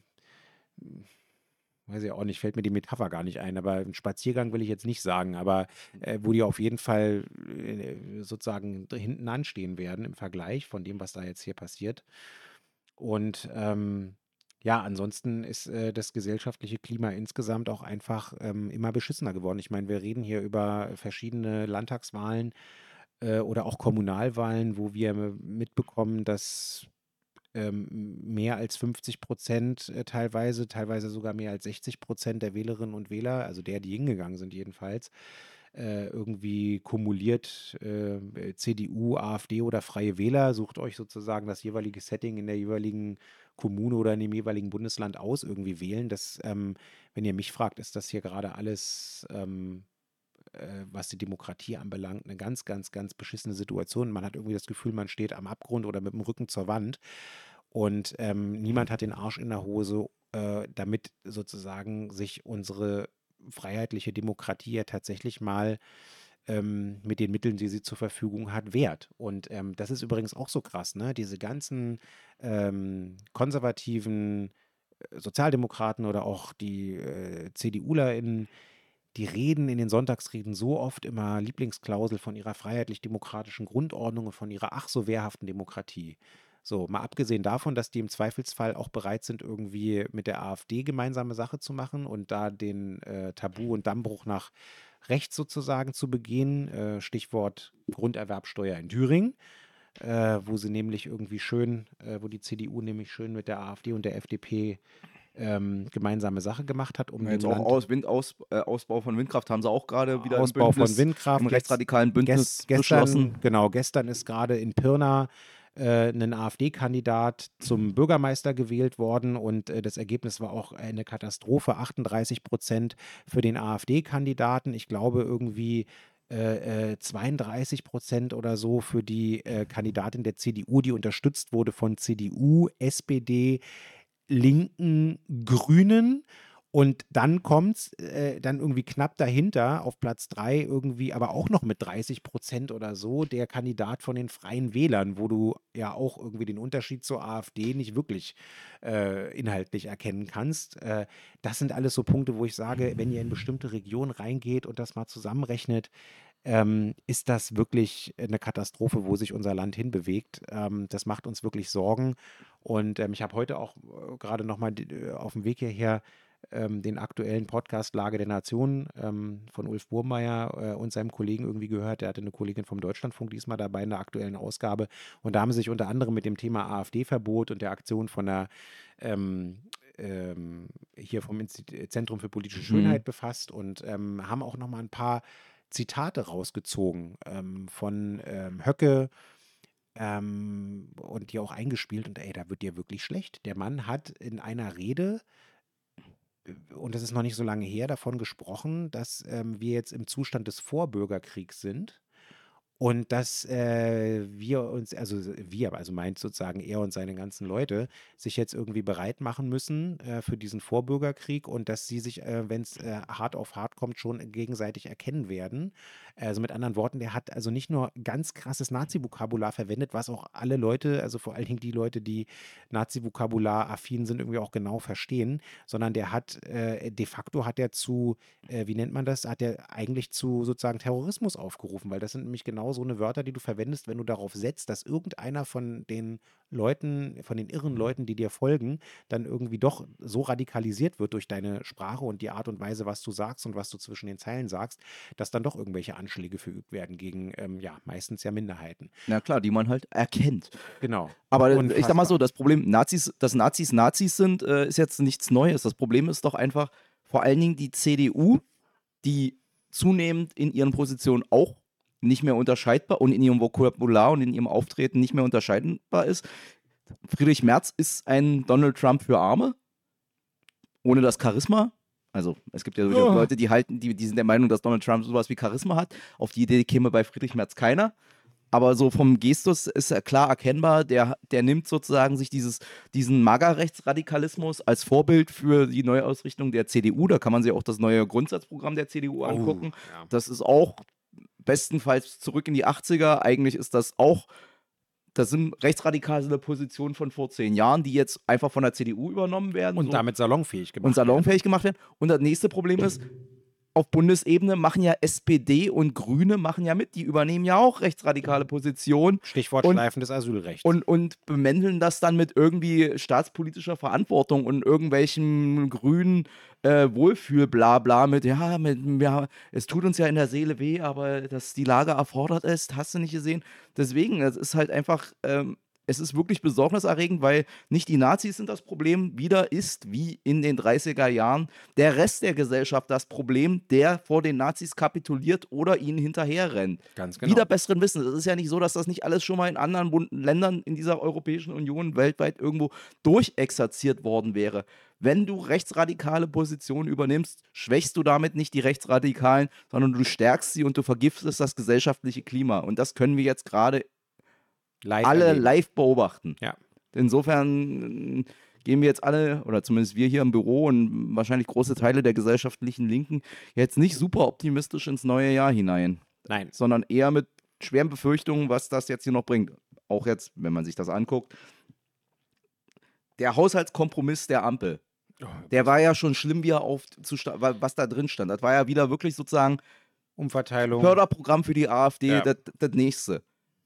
weiß ich auch nicht, fällt mir die Metapher gar nicht ein, aber ein Spaziergang will ich jetzt nicht sagen, aber äh, wo die auf jeden Fall äh, sozusagen hinten anstehen werden im Vergleich von dem, was da jetzt hier passiert. Und ähm, ja, ansonsten ist äh, das gesellschaftliche Klima insgesamt auch einfach ähm, immer beschissener geworden. Ich meine, wir reden hier über verschiedene Landtagswahlen äh, oder auch Kommunalwahlen, wo wir mitbekommen, dass ähm, mehr als fünfzig Prozent äh, teilweise, teilweise sogar mehr als sechzig Prozent der Wählerinnen und Wähler, also der, die hingegangen sind jedenfalls, äh, irgendwie kumuliert äh, C D U, AfD oder Freie Wähler. Sucht euch sozusagen das jeweilige Setting in der jeweiligen Kommune oder in dem jeweiligen Bundesland aus, irgendwie wählen. Das, ähm, wenn ihr mich fragt, ist das hier gerade alles, ähm, äh, was die Demokratie anbelangt, eine ganz, ganz, ganz beschissene Situation. Man hat irgendwie das Gefühl, man steht am Abgrund oder mit dem Rücken zur Wand und ähm, niemand hat den Arsch in der Hose, äh, damit sozusagen sich unsere freiheitliche Demokratie ja tatsächlich mal ähm, mit den Mitteln, die sie zur Verfügung hat, wehrt. Und ähm, das ist übrigens auch so krass, ne? Diese ganzen ähm, konservativen äh, Sozialdemokraten oder auch die äh, CDUlerInnen, die reden in den Sonntagsreden so oft immer Lieblingsklausel von ihrer freiheitlich-demokratischen Grundordnung und von ihrer ach so wehrhaften Demokratie. So, mal abgesehen davon, dass die im Zweifelsfall auch bereit sind, irgendwie mit der AfD gemeinsame Sache zu machen und da den äh, Tabu- und Dammbruch nach rechts sozusagen zu begehen. Äh, Stichwort Grunderwerbsteuer in Thüringen, äh, wo sie nämlich irgendwie schön, äh, wo die C D U nämlich schön mit der AfD und der F D P ähm, gemeinsame Sache gemacht hat, um Ja, dem jetzt auch Land aus Wind, aus, äh, Ausbau von Windkraft haben sie auch gerade wieder im Ausbau von Bündnis, im Windkraft. Jetzt rechtsradikalen Bündnis ges gestern, beschlossen. genau, gestern ist gerade in Pirna äh, ein AfD-Kandidat zum Bürgermeister gewählt worden und äh, das Ergebnis war auch eine Katastrophe. achtunddreißig Prozent für den AfD-Kandidaten. Ich glaube irgendwie äh, äh, zweiunddreißig Prozent oder so für die äh, Kandidatin der C D U, die unterstützt wurde von C D U, S P D, Linken, Grünen. Und dann kommt es äh, dann irgendwie knapp dahinter auf Platz drei irgendwie, aber auch noch mit dreißig Prozent oder so, der Kandidat von den Freien Wählern, wo du ja auch irgendwie den Unterschied zur AfD nicht wirklich äh, inhaltlich erkennen kannst. Äh, das sind alles so Punkte, wo ich sage, wenn ihr in bestimmte Regionen reingeht und das mal zusammenrechnet, ähm, ist das wirklich eine Katastrophe, wo sich unser Land hinbewegt. Ähm, das macht uns wirklich Sorgen. Und ähm, ich habe heute auch äh, gerade nochmal äh, auf dem Weg hierher ähm, den aktuellen Podcast Lage der Nation ähm, von Ulf Burmeier äh, und seinem Kollegen irgendwie gehört. Der hatte eine Kollegin vom Deutschlandfunk diesmal dabei in der aktuellen Ausgabe. Und da haben sie sich unter anderem mit dem Thema AfD-Verbot und der Aktion von der ähm, ähm, hier vom Institut Zentrum für politische Schönheit Mhm. befasst und ähm, haben auch nochmal ein paar Zitate rausgezogen ähm, von ähm, Höcke ähm, und die auch eingespielt. Und ey, da wird dir wirklich schlecht. Der Mann hat in einer Rede, äh, und das ist noch nicht so lange her, davon gesprochen, dass ähm, wir jetzt im Zustand des Vorbürgerkriegs sind. Und dass äh, wir uns, also wir, also meint sozusagen er und seine ganzen Leute, sich jetzt irgendwie bereit machen müssen äh, für diesen Vorbürgerkrieg und dass sie sich, äh, wenn es äh, hart auf hart kommt, schon gegenseitig erkennen werden. Also mit anderen Worten, der hat also nicht nur ganz krasses Nazi-Vokabular verwendet, was auch alle Leute, also vor allen Dingen die Leute, die Nazi-Vokabular-affin sind, irgendwie auch genau verstehen, sondern der hat äh, de facto hat er zu, äh, wie nennt man das, hat er eigentlich zu sozusagen Terrorismus aufgerufen, weil das sind nämlich genau so eine Wörter, die du verwendest, wenn du darauf setzt, dass irgendeiner von den Leuten, von den irren Leuten, die dir folgen, dann irgendwie doch so radikalisiert wird durch deine Sprache und die Art und Weise, was du sagst und was du zwischen den Zeilen sagst, dass dann doch irgendwelche Anschläge verübt werden gegen, ähm, ja, meistens ja Minderheiten. Na klar, die man halt erkennt. Genau. Aber äh, ich sag mal so, Unfassbar. das Problem, Nazis, dass Nazis Nazis sind, äh, ist jetzt nichts Neues. Das Problem ist doch einfach vor allen Dingen die C D U, die zunehmend in ihren Positionen auch nicht mehr unterscheidbar und in ihrem Vokabular und in ihrem Auftreten nicht mehr unterscheidbar ist. Friedrich Merz ist ein Donald Trump für Arme, ohne das Charisma. Also es gibt ja durchaus Oh. Leute, die halten, die, die sind der Meinung, dass Donald Trump sowas wie Charisma hat. Auf die Idee käme bei Friedrich Merz keiner. Aber so vom Gestus ist er klar erkennbar, der, der nimmt sozusagen sich dieses, diesen MAGA-Rechtsradikalismus als Vorbild für die Neuausrichtung der C D U. Da kann man sich auch das neue Grundsatzprogramm der C D U angucken. Oh, ja. Das ist auch bestenfalls zurück in die achtziger. Eigentlich ist das auch, das sind rechtsradikale Positionen von vor zehn Jahren, die jetzt einfach von der C D U übernommen werden. Und so, damit salonfähig gemacht und salonfähig gemacht werden. Und das nächste Problem ist, auf Bundesebene machen ja S P D und Grüne machen ja mit, die übernehmen ja auch rechtsradikale Positionen. Stichwort und, schleifendes Asylrecht. Und, und bemänteln das dann mit irgendwie staatspolitischer Verantwortung und irgendwelchen grünen äh, Wohlfühl-Blabla mit, ja, mit, ja, es tut uns ja in der Seele weh, aber dass die Lage erfordert ist, hast du nicht gesehen. Deswegen, es ist halt einfach, ähm, es ist wirklich besorgniserregend, weil nicht die Nazis sind das Problem, wieder ist, wie in den dreißiger Jahren, der Rest der Gesellschaft das Problem, der vor den Nazis kapituliert oder ihnen hinterher rennt. Ganz genau. Wieder besseren Wissens. Es ist ja nicht so, dass das nicht alles schon mal in anderen Bund- Ländern in dieser Europäischen Union weltweit irgendwo durchexerziert worden wäre. Wenn du rechtsradikale Positionen übernimmst, schwächst du damit nicht die Rechtsradikalen, sondern du stärkst sie und du vergiftest das gesellschaftliche Klima. Und das können wir jetzt gerade Live alle erleben. live beobachten. Ja. Insofern äh, gehen wir jetzt alle, oder zumindest wir hier im Büro und wahrscheinlich große Teile der gesellschaftlichen Linken, jetzt nicht super optimistisch ins neue Jahr hinein. Nein. sondern eher mit schweren Befürchtungen, was das jetzt hier noch bringt. Auch jetzt, wenn man sich das anguckt. Der Haushaltskompromiss der Ampel, Oh, der war ja schon schlimm, wie er auf, zu, sta- wa- was da drin stand. Das war ja wieder wirklich sozusagen Umverteilung. Förderprogramm für die AfD, Ja. das, das nächste.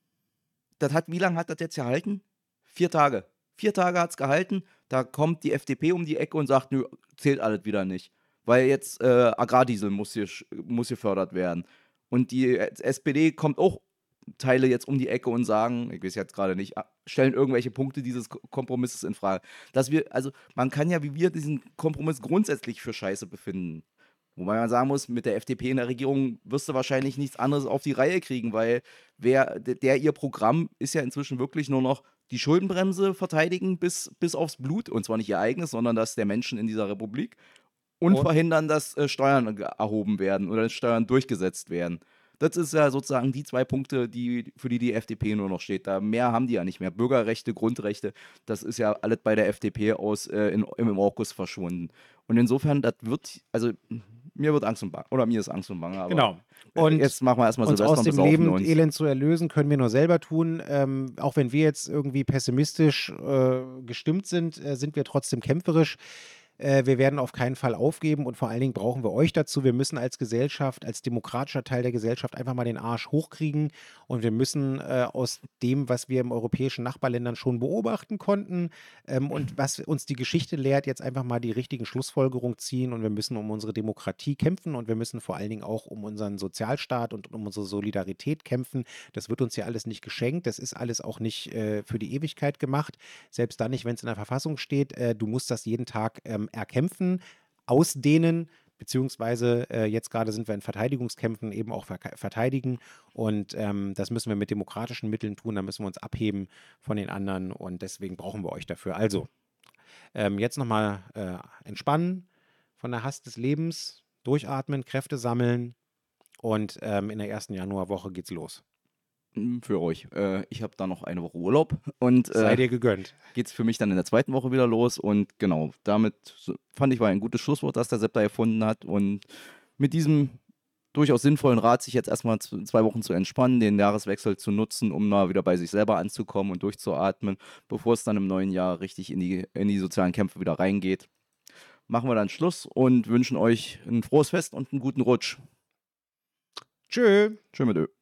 Das hat, wie lange hat das jetzt gehalten? Vier Tage. Vier Tage hat es gehalten. Da kommt die F D P um die Ecke und sagt, nö, zählt alles wieder nicht. Weil jetzt äh, Agrardiesel muss, hier, muss gefördert werden. Und die S P D kommt auch Teile jetzt um die Ecke und sagen, ich weiß jetzt gerade nicht, stellen irgendwelche Punkte dieses Kompromisses in Frage. Dass wir, also man kann ja wie wir diesen Kompromiss grundsätzlich für Scheiße befinden. Wobei man sagen muss, mit der F D P in der Regierung wirst du wahrscheinlich nichts anderes auf die Reihe kriegen, weil wer, der, der ihr Programm ist ja inzwischen wirklich nur noch die Schuldenbremse verteidigen bis, bis aufs Blut. Und zwar nicht ihr eigenes, sondern das der Menschen in dieser Republik. Und, Und? verhindern, dass äh, Steuern ge- erhoben werden oder Steuern durchgesetzt werden. Das ist ja sozusagen die zwei Punkte, die, für die die F D P nur noch steht. Da mehr haben die ja nicht mehr. Bürgerrechte, Grundrechte, das ist ja alles bei der F D P aus äh, in, im Orkus verschwunden. Und insofern, das wird, also mir wird Angst und Bange, oder mir ist Angst und Bange. Aber Genau. äh, Und jetzt machen wir erstmal uns Silvester aus und dem besaufen Leben uns. Elend zu erlösen, können wir nur selber tun. Ähm, auch wenn wir jetzt irgendwie pessimistisch äh, gestimmt sind, äh, sind wir trotzdem kämpferisch. Äh, wir werden auf keinen Fall aufgeben und vor allen Dingen brauchen wir euch dazu. Wir müssen als Gesellschaft, als demokratischer Teil der Gesellschaft einfach mal den Arsch hochkriegen und wir müssen äh, aus dem, was wir im europäischen Nachbarländern schon beobachten konnten ähm, und was uns die Geschichte lehrt, jetzt einfach mal die richtigen Schlussfolgerungen ziehen und wir müssen um unsere Demokratie kämpfen und wir müssen vor allen Dingen auch um unseren Sozialstaat und um unsere Solidarität kämpfen. Das wird uns ja alles nicht geschenkt, das ist alles auch nicht äh, für die Ewigkeit gemacht, selbst dann nicht, wenn es in der Verfassung steht. Äh, du musst das jeden Tag ähm, erkämpfen, ausdehnen, beziehungsweise äh, jetzt gerade sind wir in Verteidigungskämpfen eben auch ver verteidigen und ähm, das müssen wir mit demokratischen Mitteln tun, da müssen wir uns abheben von den anderen und deswegen brauchen wir euch dafür. Also, ähm, jetzt nochmal äh, entspannen von der Hast des Lebens, durchatmen, Kräfte sammeln und ähm, in der ersten Januarwoche geht's los. Für euch. Äh, ich habe da noch eine Woche Urlaub und Sei äh, dir gegönnt. geht es für mich dann in der zweiten Woche wieder los. Und genau, damit so- fand ich war ein gutes Schlusswort, das der Sepp da erfunden hat. Und mit diesem durchaus sinnvollen Rat, sich jetzt erstmal z- zwei Wochen zu entspannen, den Jahreswechsel zu nutzen, um mal wieder bei sich selber anzukommen und durchzuatmen, bevor es dann im neuen Jahr richtig in die, in die sozialen Kämpfe wieder reingeht, machen wir dann Schluss und wünschen euch ein frohes Fest und einen guten Rutsch. Tschö. Tschö mit Ö.